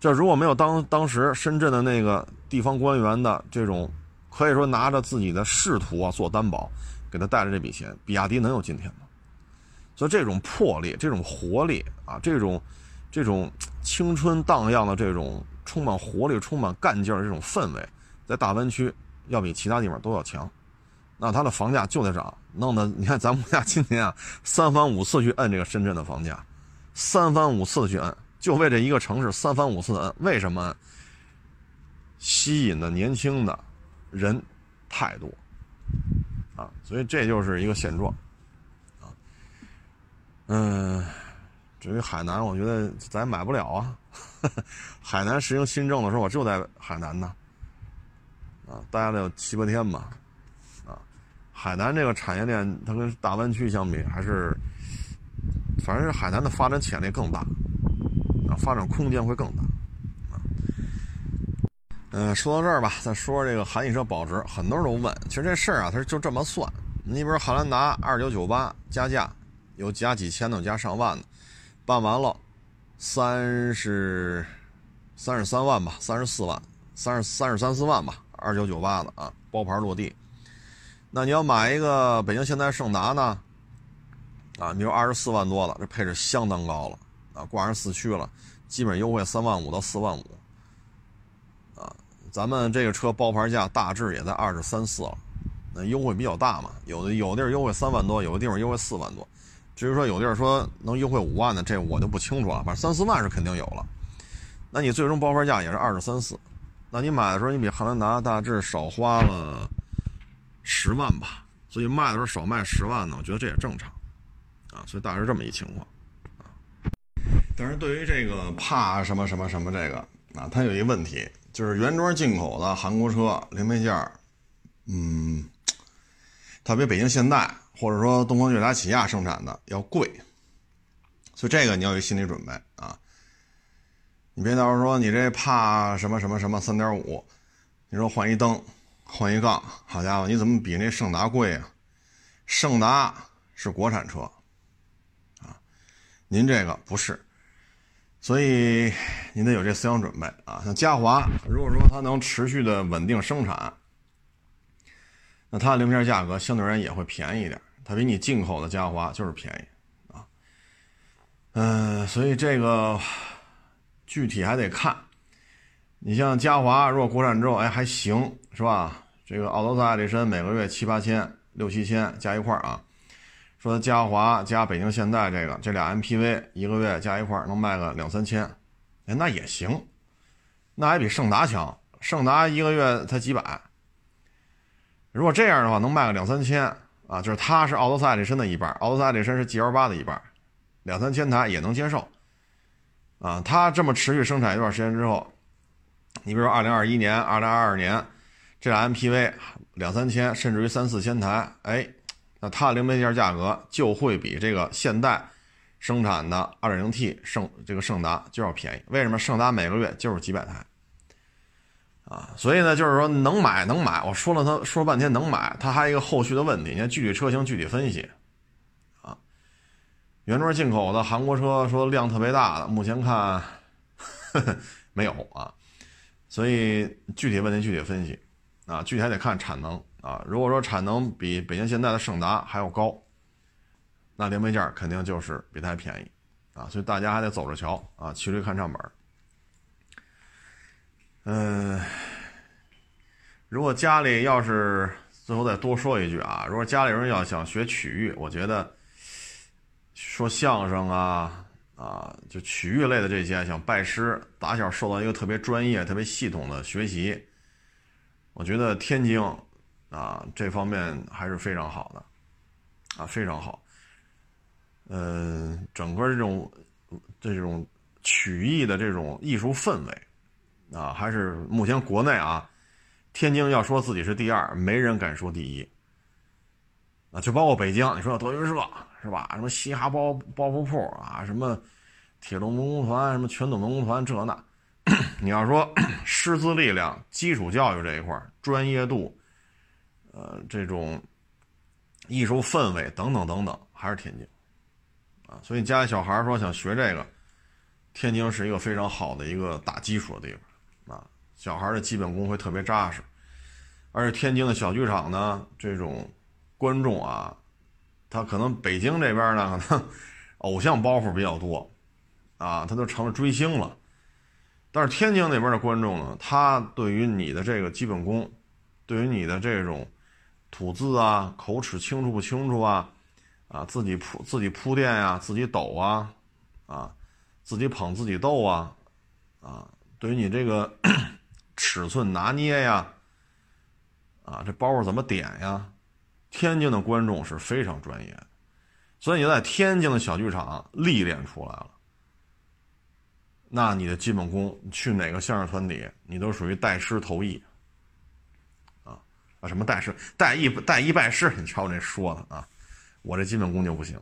这如果没有当时深圳的那个地方官员的这种，可以说拿着自己的仕途啊做担保，给他带着这笔钱，比亚迪能有今天吗？所以这种魄力、这种活力啊，这种青春荡漾的这种充满活力、充满干劲儿的这种氛围，在大湾区要比其他地方都要强。那它的房价就得涨，弄得你看咱们家今年啊3番5次去摁这个深圳的房价，3番5次的去摁，就为这一个城市3番5次的摁。为什么？吸引的年轻的人太多啊，所以这就是一个现状啊。至于海南，我觉得咱也买不了啊。海南实行新政的时候，我就在海南呢，啊，待了有7、8天吧。海南这个产业链，它跟大湾区相比，还是反正是海南的发展潜力更大，啊，发展空间会更大，啊。说到这儿吧，再说说这个韩系车保值，很多人都问，其实这事儿啊，它就这么算。你比如汉兰达2998加价，有加几千的，有加上万的，办完了33万吧，34万，33、4万吧，2998的啊，包牌落地。那你要买一个北京现代胜达呢，啊，比如24万多了，这配置相当高了啊，挂上4驱了，基本优惠3万5到4万5，啊，咱们这个车包牌价大致也在23、4了，那优惠比较大嘛，有地儿优惠3万多，有的地方优惠4万多，至于说有地儿说能优惠5万的，这我就不清楚了，反正3、4万是肯定有了。那你最终包牌价也是23、4，那你买的时候你比汉兰达大致少花了10万吧，所以卖的时候少卖10万呢，我觉得这也正常，啊，所以大概是这么一情况，啊。但是对于这个怕什么这个啊，它有一个问题，就是原装进口的韩国车零配件，它比北京现代或者说东风悦达起亚生产的要贵，所以这个你要有心理准备啊。你别到时候说你这怕什么 3.5， 你说换一灯换一杠，好家伙，你怎么比那胜达贵啊？胜达是国产车啊，您这个不是，所以您得有这思想准备啊。像嘉华，如果说它能持续的稳定生产，那它的零配件价格相对而言也会便宜一点，它比你进口的嘉华就是便宜啊。所以这个具体还得看。你像嘉华，如果国产之后，哎还行，是吧？这个奥德赛这身每个月7、8千、6、7千加一块啊。说嘉华加北京现代这俩 MPV 一个月加一块能卖个2、3千，哎那也行，那还比胜达强。胜达一个月才几百，如果这样的话能卖个2、3千啊，就是它是奥德赛这身的一半，奥德赛这身是 GL8 的一半，2、3千台也能接受啊。它这么持续生产一段时间之后，你比如说2021年、2022年，这俩 MPV 2、3千，甚至于3、4千台，哎，那它的零配件价格就会比这个现代生产的 2.0T 胜达就要便宜。为什么？胜达每个月就是几百台啊，所以呢，就是说能买，我说了半天能买，它还有一个后续的问题，你看具体车型具体分析啊。原装进口的韩国车说量特别大的，目前看没有啊，所以具体问题具体分析啊，具体还得看产能啊。如果说产能比北京现代的胜达还要高，那零配件肯定就是比它还便宜啊，所以大家还得走着瞧啊，骑驴看账本。如果家里要是最后再多说一句啊，如果家里人要想学曲艺，我觉得说相声啊就曲艺类的这些，想拜师打小受到一个特别专业特别系统的学习，我觉得天津啊这方面还是非常好的啊，非常好。整个这种曲艺的这种艺术氛围啊，还是目前国内啊，天津要说自己是第二，没人敢说第一啊，就包括北京，你说德云社是吧？什么嘻哈包袱铺啊，什么铁路文工团，什么全总文工团，这那，你要说师资力量、基础教育这一块、专业度，这种艺术氛围等等，还是天津啊。所以家里小孩说想学这个， 天津是一个非常好的一个打基础的地方啊，小孩的基本功会特别扎实，而且天津的小剧场呢，这种观众啊，他可能北京这边呢，可能偶像包袱比较多啊，他都成了追星了。但是天津那边的观众呢，他对于你的这个基本功，对于你的这种吐字啊、口齿清楚不清楚啊，自己铺垫呀、自己抖啊，自己捧自己逗啊，对于你这个尺寸拿捏呀，这包袱怎么点呀，天津的观众是非常专业的，所以你在天津的小剧场历练出来了。那你的基本功，去哪个相声团体，你都属于带师投艺，什么带师带一拜师，你瞧我这说的啊，我这基本功就不行。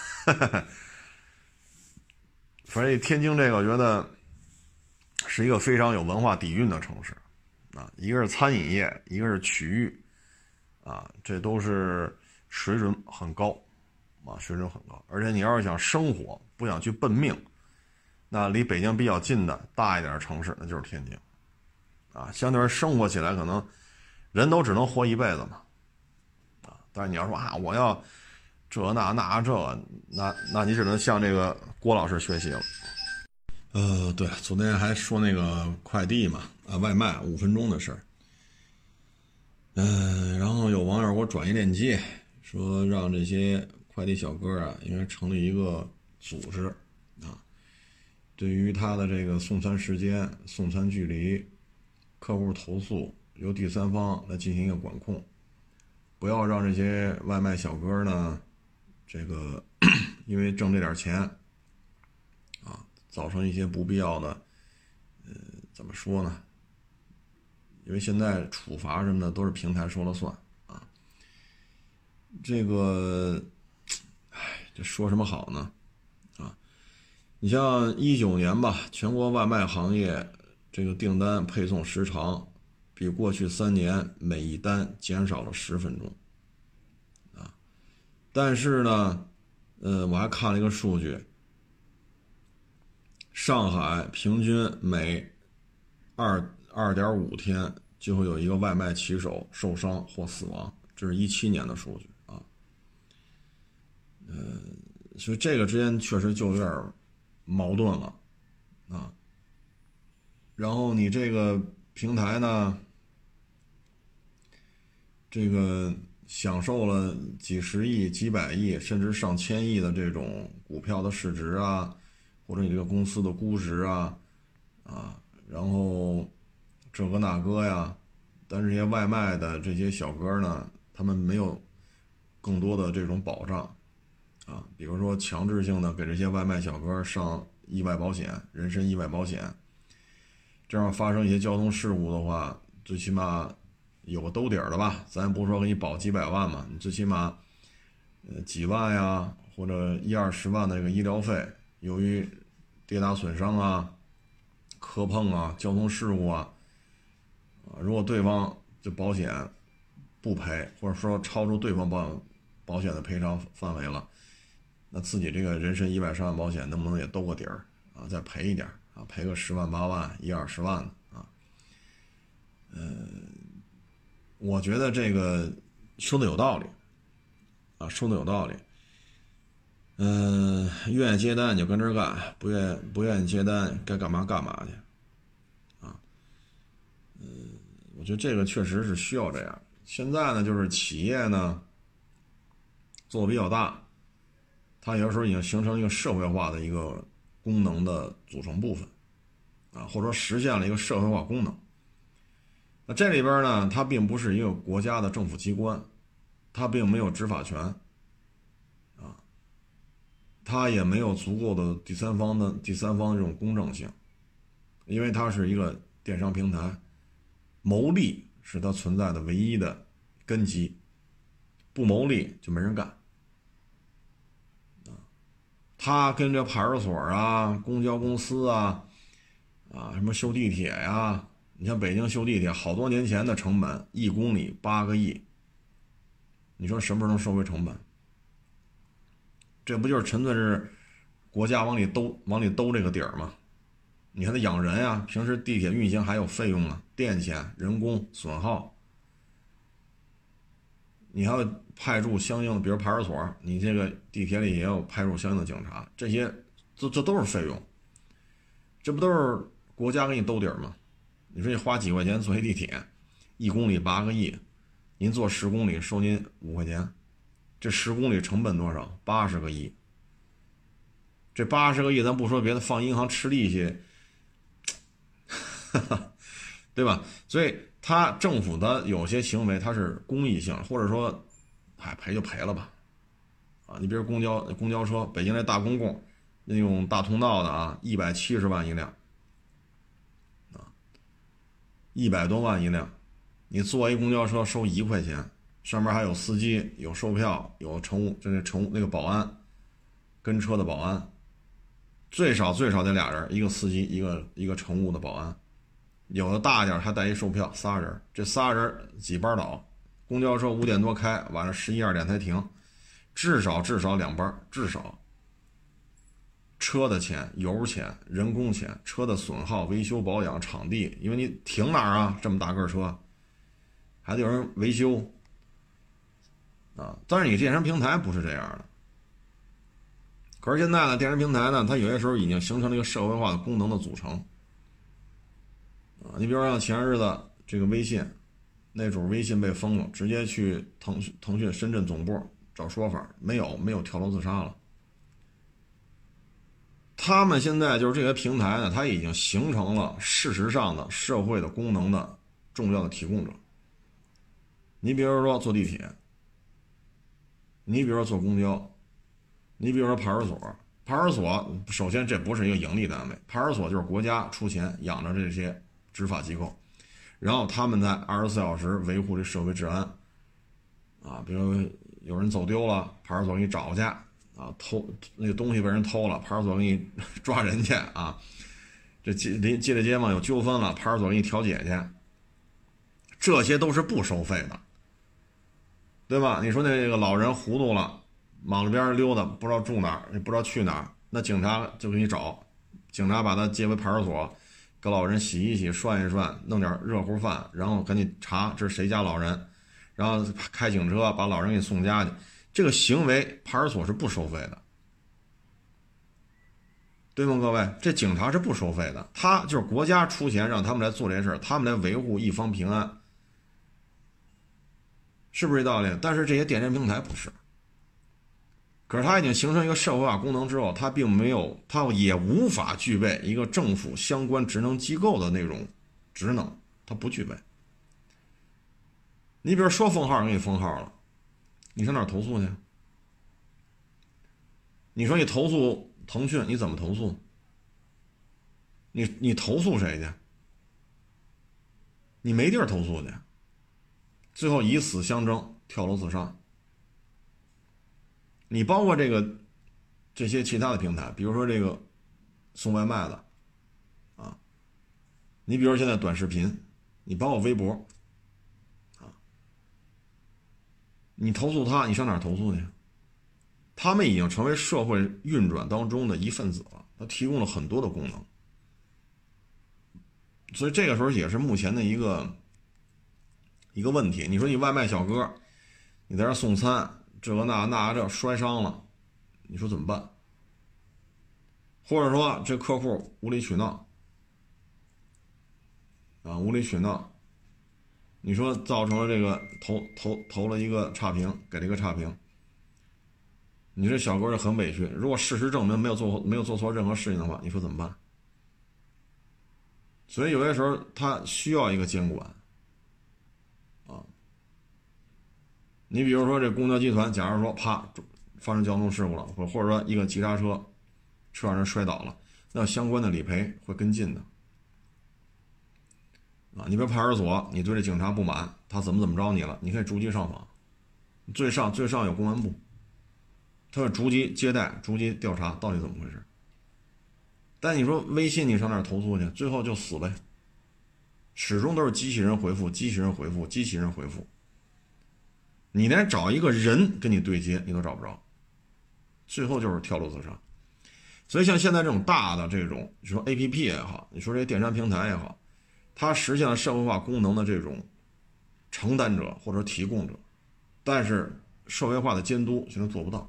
所以天津这个，我觉得是一个非常有文化底蕴的城市啊，一个是餐饮业，一个是曲艺这都是水准很高水准很高。而且你要是想生活，不想去奔命，那离北京比较近的大一点的城市，那就是天津相对而生活起来，可能人都只能活一辈子嘛但是你要说我要这那你只能向这个郭老师学习了。对，昨天还说那个快递嘛外卖5分钟的事儿。然后有网友给我转一链接，说让这些快递小哥应该成立一个组织对于他的这个送餐时间、送餐距离，客户投诉由第三方来进行一个管控，不要让这些外卖小哥呢，这个因为挣这点钱造成一些不必要的怎么说呢？因为现在处罚什么的都是平台说了算这个这说什么好呢你像19年吧，全国外卖行业这个订单配送时长比过去3年每一单减少了10分钟但是呢我还看了一个数据，上海平均每2.5天就会有一个外卖骑手受伤或死亡，这是17年的数据所以这个之间确实就有点矛盾了然后你这个平台呢，这个享受了几十亿、几百亿甚至上千亿的这种股票的市值或者你这个公司的估值然后这个那个呀，但是这些外卖的这些小哥呢，他们没有更多的这种保障比如说强制性的给这些外卖小哥上意外保险、人身意外保险，这样发生一些交通事故的话，最起码有个兜底儿的吧，咱不说给你保几百万嘛，你最起码几万呀，或者10-20万的这个医疗费，由于跌打损伤磕碰交通事故如果对方这保险不赔，或者说超出对方保险的赔偿范围了，那自己这个人身意外伤害保险能不能也兜个底儿再赔一点赔个10万8万1-20万的我觉得这个说的有道理说的有道理愿意接单你就跟这儿干，不愿意接单该干嘛干嘛去我觉得这个确实是需要这样。现在呢，就是企业呢做的比较大，它有时候已经形成一个社会化的一个功能的组成部分或者说实现了一个社会化功能。那这里边呢，它并不是一个国家的政府机关，它并没有执法权它也没有足够的第三方这种公正性，因为它是一个电商平台，牟利是它存在的唯一的根基，不牟利就没人干它跟这派出所公交公司什么修地铁你像北京修地铁好多年前的成本1公里8个亿，你说什么时候能收回成本？这不就是纯粹是国家往里兜这个底儿吗？ 你还得养人呀，平时地铁运行还有费用呢，电钱、人工、损耗，你还要派驻相应的，比如派出所，你这个地铁里也有派驻相应的警察，这些这都是费用，这不都是国家给你兜底儿吗？你说你花几块钱坐一地铁，1公里8个亿，您坐10公里收您5块钱，这10公里成本多少？80个亿。这80个亿咱不说别的，放银行吃利息对吧？所以他政府的有些行为它是公益性，或者说赔就赔了吧。你比如公交车，北京这大公共那种大通道的啊，170万一辆，100多万一辆，你坐一公交车收1块钱，上面还有司机，有售票，有乘务，那个保安，跟车的保安，最少得俩人，一个司机，一个乘务的保安，有的大点还带一售票，3人，这3人几班倒，公交车5点多开，晚上11、2点才停，至少2班，至少。车的钱、油钱、人工钱、车的损耗、维修保养、场地，因为你停哪儿啊？这么大个车，还得有人维修啊。但是你电商平台不是这样的。可是现在呢，电商平台呢，它有些时候已经形成了一个社会化的功能的组成啊。你比如说像前日子这个微信，那主微信被封了，直接去腾讯深圳总部找说法，没有跳楼自杀了。他们现在就是这些平台呢，它已经形成了事实上的社会的功能的重要的提供者。你比如说坐地铁，你比如说坐公交，你比如说派出所。派出所首先这不是一个盈利单位，派出所就是国家出钱养着这些执法机构，然后他们在24小时维护这社会治安啊，比如有人走丢了，派出所给你找去啊，偷那个东西被人偷了，派出所给你抓人去啊，这街里街坊有纠纷了，派出所给你调解去，这些都是不收费的，对吧？你说那个老人糊涂了，马路边溜达，不知道住哪儿，也不知道去哪儿，那警察就给你找，警察把他接回派出所，给老人洗一洗、涮一涮，弄点热乎饭，然后赶紧查这是谁家老人，然后开警车把老人给送家去。这个行为派出所是不收费的，对吗？各位，这警察是不收费的，他就是国家出钱让他们来做这事儿，他们来维护一方平安，是不是这道理？但是这些电商平台不是，可是它已经形成一个社会化功能之后，它并没有，它也无法具备一个政府相关职能机构的那种职能，它不具备。你比如说封号给你封号了，你上哪儿投诉去？你说你投诉腾讯，你怎么投诉？你投诉谁去？你没地儿投诉去，最后以死相争，跳楼自杀。你包括这些其他的平台，比如说这个送外卖的啊，你比如现在短视频，你包括微博啊，你投诉他，你上哪儿投诉去？他们已经成为社会运转当中的一份子了，它提供了很多的功能，所以这个时候也是目前的一个问题。你说你外卖小哥，你在这送餐，这个那这摔伤了，你说怎么办？或者说这客户无理取闹啊，无理取闹，你说造成了这个投了一个差评，给了一个差评。你这小哥就很委屈，如果事实证明没有做错任何事情的话，你说怎么办？所以有些时候他需要一个监管啊。你比如说这公交集团，假如说啪发生交通事故了，或者说一个急刹车让人摔倒了，那相关的理赔会跟进的啊。你比如派出所，你对这警察不满，他怎么着你了，你可以逐级上访，最上有公安部，他会逐级接待、逐级调查到底怎么回事。但你说微信你上那儿投诉去，最后就死呗，始终都是机器人回复，机器人回复，机器人回复，你连找一个人跟你对接你都找不着，最后就是跳楼自杀。 所以像现在这种大的这种，你说 APP 也好，你说这些电商平台也好，它实现了社会化功能的这种承担者或者提供者，但是社会化的监督现在做不到。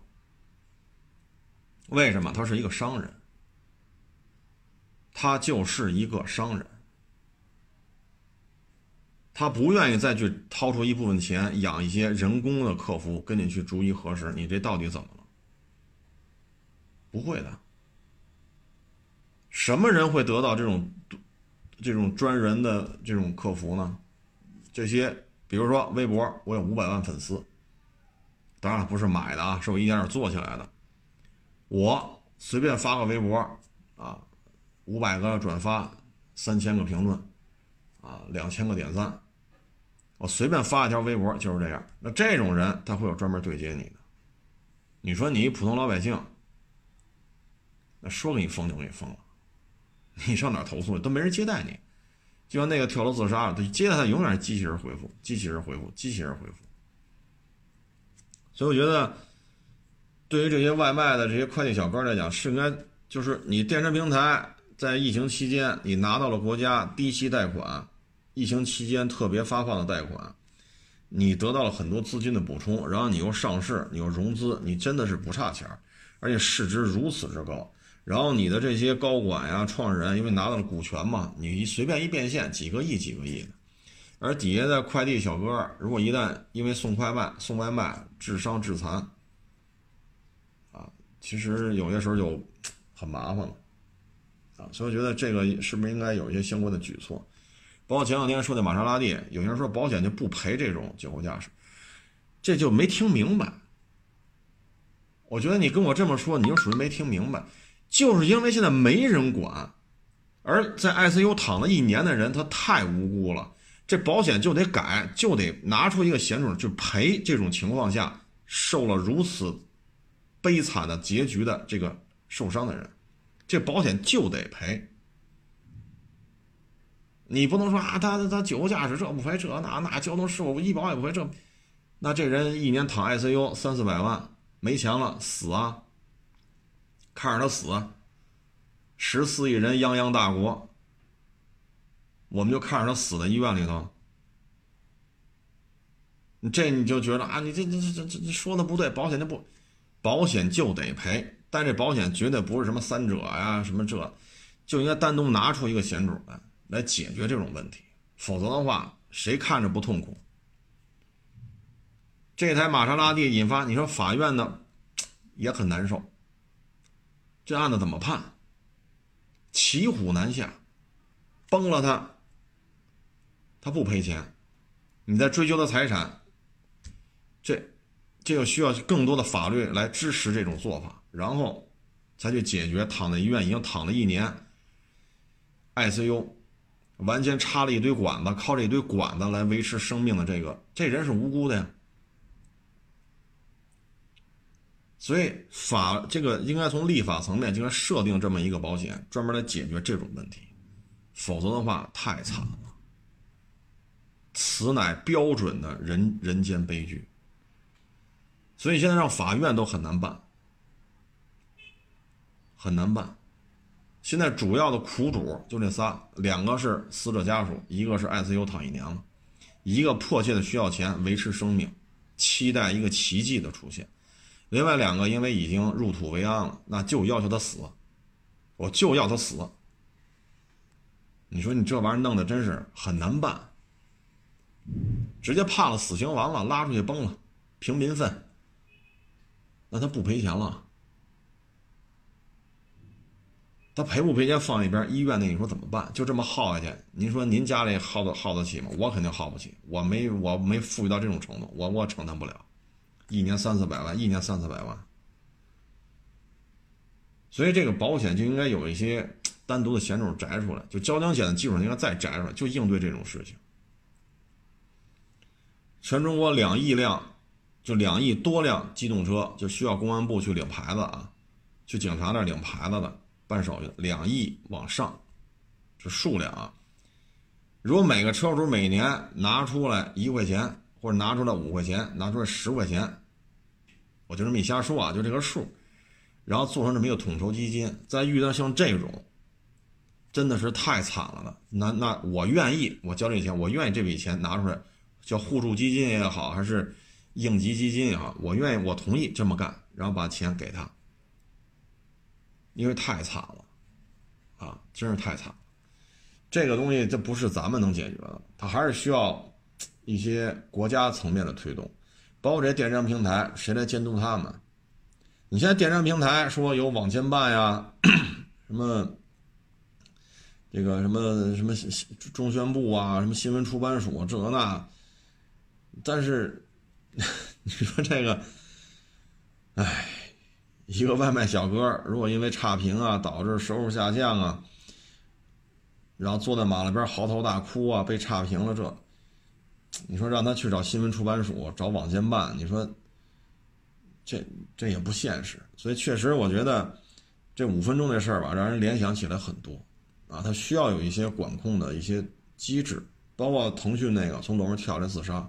为什么？他是一个商人，他就是一个商人，他不愿意再去掏出一部分钱养一些人工的客服跟你去逐一核实你这到底怎么了。不会的。什么人会得到这种专人的这种客服呢？这些比如说微博，我有500万粉丝，当然不是买的啊，是我一点点做起来的。我随便发个微博啊，500个转发，3000个评论啊，2000个点赞，我随便发一条微博就是这样。那这种人他会有专门对接你的。你说你一普通老百姓，那说给你封就给你封了，你上哪儿投诉都没人接待你。就像那个跳楼自杀了，他接待他永远是机器人回复，机器人回复，机器人回复。所以我觉得对于这些外卖的这些快递小哥来讲，是应该就是你电商平台在疫情期间你拿到了国家低息贷款，疫情期间特别发放的贷款，你得到了很多资金的补充，然后你又上市，你又融资，你真的是不差钱，而且市值如此之高。然后你的这些高管呀、创始人，因为拿到了股权嘛，你随便一变现，几个亿的。而底下的快递小哥，如果一旦因为送外卖致伤致残，啊，其实有些时候就很麻烦了，啊，所以我觉得这个是不是应该有一些相关的举措？包括前两天说的玛莎拉蒂，有些人说保险就不赔这种酒后驾驶，这就没听明白。我觉得你跟我这么说，你就属于没听明白。就是因为现在没人管，而在 ICU 躺了1年的人他太无辜了，这保险就得改，就得拿出一个险种去赔这种情况下受了如此悲惨的结局的这个受伤的人，这保险就得赔。你不能说啊，他酒后驾驶这不赔这那交通事故医保也不赔这，那这人1年躺 ICU 300-400万，没钱了死啊！看着他死，14亿人泱泱大国，我们就看着他死在医院里头，这你就觉得啊，你这说的不对，保险就得赔，但这保险绝对不是什么3者呀，什么这，就应该单独拿出一个险种来解决这种问题，否则的话，谁看着不痛苦？这台玛莎拉蒂引发，你说法院呢也很难受。这案子怎么判？骑虎难下，崩了他不赔钱，你再追究他财产，这就需要更多的法律来支持这种做法，然后才去解决躺在医院已经躺了1年 ICU 完全插了一堆管子，靠这一堆管子来维持生命的这人是无辜的呀。所以这个应该从立法层面就应该设定这么一个保险，专门来解决这种问题，否则的话太惨了。此乃标准的人间悲剧。所以现在让法院都很难办，很难办。现在主要的苦主就这仨，2个是死者家属，一个是 ICU 躺1年了，一个迫切的需要钱维持生命，期待一个奇迹的出现。另外2个因为已经入土为安了，那就要求他死，我就要他死。你说你这玩意儿弄得真是很难办，直接判了死刑完了，拉出去崩了，平民愤，那他不赔钱了，他赔不赔钱放一边，医院那你说怎么办？就这么耗下去，您说您家里耗得起吗？我肯定耗不起，我没富裕到这种程度，我承担不了。1年300-400万，1年300-400万，所以这个保险就应该有一些单独的险种摘出来，就交强险的基础上应该再摘出来，就应对这种事情。全中国2亿辆，就2亿多辆机动车就需要公安部去领牌子啊，去警察那领牌子的办手续，2亿往上，这数量啊。如果每个车主每年拿出来1块钱，或者拿出来5块钱，拿出来10块钱，我就这么一瞎说啊，就这个数。 然后做成这么一个统筹基金，再遇到像这种真的是太惨了的，那我愿意，我交这钱，我愿意这笔钱拿出来，叫互助基金也好，还是应急基金也好，我愿意，我同意这么干，然后把钱给他，因为太惨了啊，真是太惨了。这个东西这不是咱们能解决的，它还是需要一些国家层面的推动，包括这些电商平台，谁来监督他们？你现在电商平台说有网监办呀，什么这个什么中宣部啊，什么新闻出版署这那，但是你说这个，哎，一个外卖小哥如果因为差评啊导致收入下降啊，然后坐在马路边嚎啕大哭啊，被差评了你说让他去找新闻出版署找网监办，你说这也不现实。所以确实我觉得这5分钟这事儿吧，让人联想起来很多啊，它需要有一些管控的一些机制，包括腾讯那个从楼上跳下来自杀，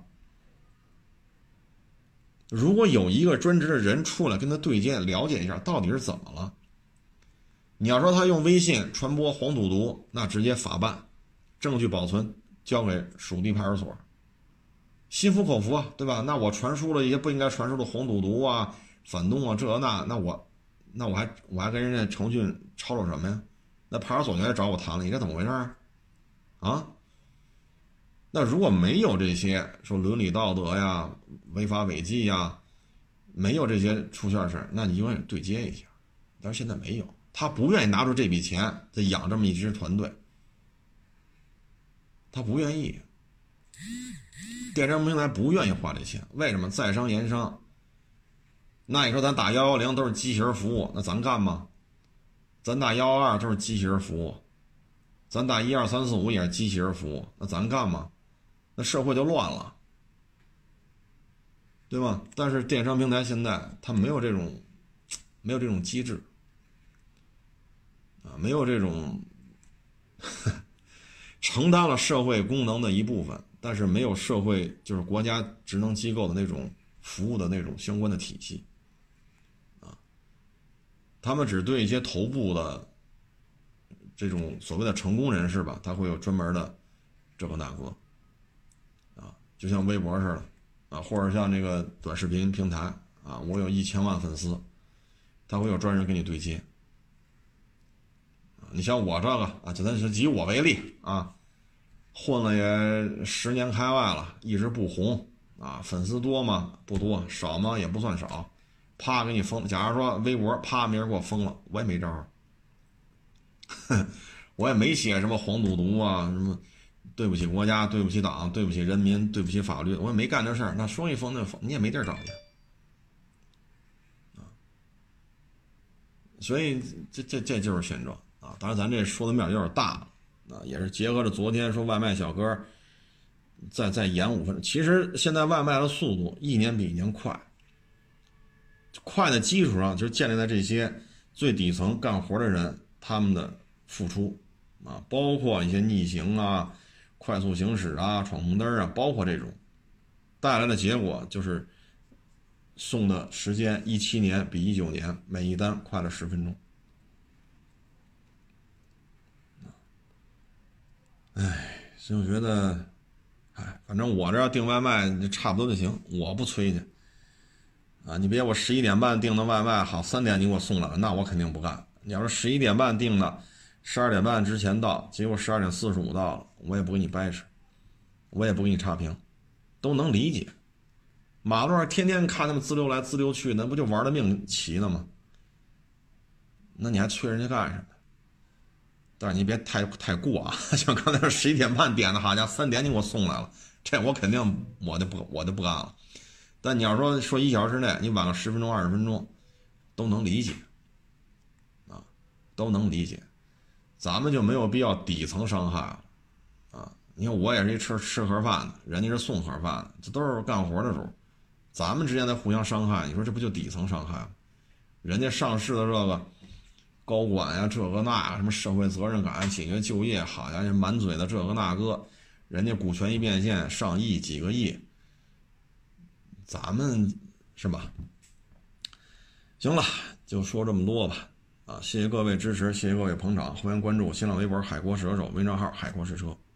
如果有一个专职的人出来跟他对接，了解一下到底是怎么了。你要说他用微信传播黄赌毒，那直接法办，证据保存交给属地派出所，心服口服啊，对吧？那我传输了一些不应该传输的黄赌毒啊、反动啊这那我还跟人家程序吵吵什么呀？那派出所就来找我谈了，你这怎么回事啊？那如果没有这些说伦理道德呀、违法违纪呀，没有这些出现事，那你就得对接一下。但是现在没有，他不愿意拿出这笔钱再养这么一支团队，他不愿意。电商平台不愿意花这钱，为什么？在商言商。那你说咱打110都是机器人服务，那咱干吗？咱打112都是机器人服务，咱打12345也是机器人服务，那咱干吗？那社会就乱了，对吧？但是电商平台现在它没有这种机制啊，没有这种承担了社会功能的一部分，但是没有社会就是国家职能机构的那种服务的那种相关的体系啊，他们只对一些头部的这种所谓的成功人士吧，他会有专门的这个那个啊，就像微博似的啊，或者像这个短视频平台啊，我有1000万粉丝，他会有专人跟你对接。你像我这个啊，就咱是以我为例啊，混了也10年开外了，一直不红啊，粉丝多吗？不多，少吗？也不算少，啪给你封。假如说微博啪明儿给我封了，我也没招，我也没写什么黄赌毒啊，什么对不起国家、对不起党、对不起人民、对不起法律，我也没干这事儿。那说一封就封，你也没地儿找去啊。所以这就是现状。当然咱这说的面有点大了啊，也是结合着昨天说外卖小哥再延5分钟。其实现在外卖的速度一年比一年快，快的基础上就建立在这些最底层干活的人他们的付出啊，包括一些逆行啊、快速行驶啊、闯红灯啊，包括这种带来的结果就是送的时间17年比19年每一单快了10分钟。所以我觉得，反正我这要订外卖就差不多就行，我不催去啊。你别我11点半订的外卖，好3点你给我送来了，那我肯定不干。你要说11点半订的，12点半之前到，结果12点45到了，我也不给你掰扯，我也不给你差评，都能理解。马路上天天看他们自溜来自溜去，那不就玩的命齐呢吗？那你还催人家干什么？但是你别太过啊，像刚才11点半点的，好家伙，3点你给我送来了，这我肯定我就不干了。但你要说1小时之内你晚个10分钟20分钟，都能理解啊，都能理解。咱们就没有必要底层伤害了啊。你看我也是一吃盒饭的，人家是送盒饭的，这都是干活的时候，咱们之间的互相伤害，你说这不就底层伤害吗？人家上市的这个高管呀，这个那什么社会责任感、解决就业，好呀，满嘴的这个那个，人家股权一变现上亿几个亿，咱们是吧？行了， 就说这么多吧。谢谢各位支持，谢谢各位捧场，欢迎关注新浪微博海阔试车手微账号海阔试车。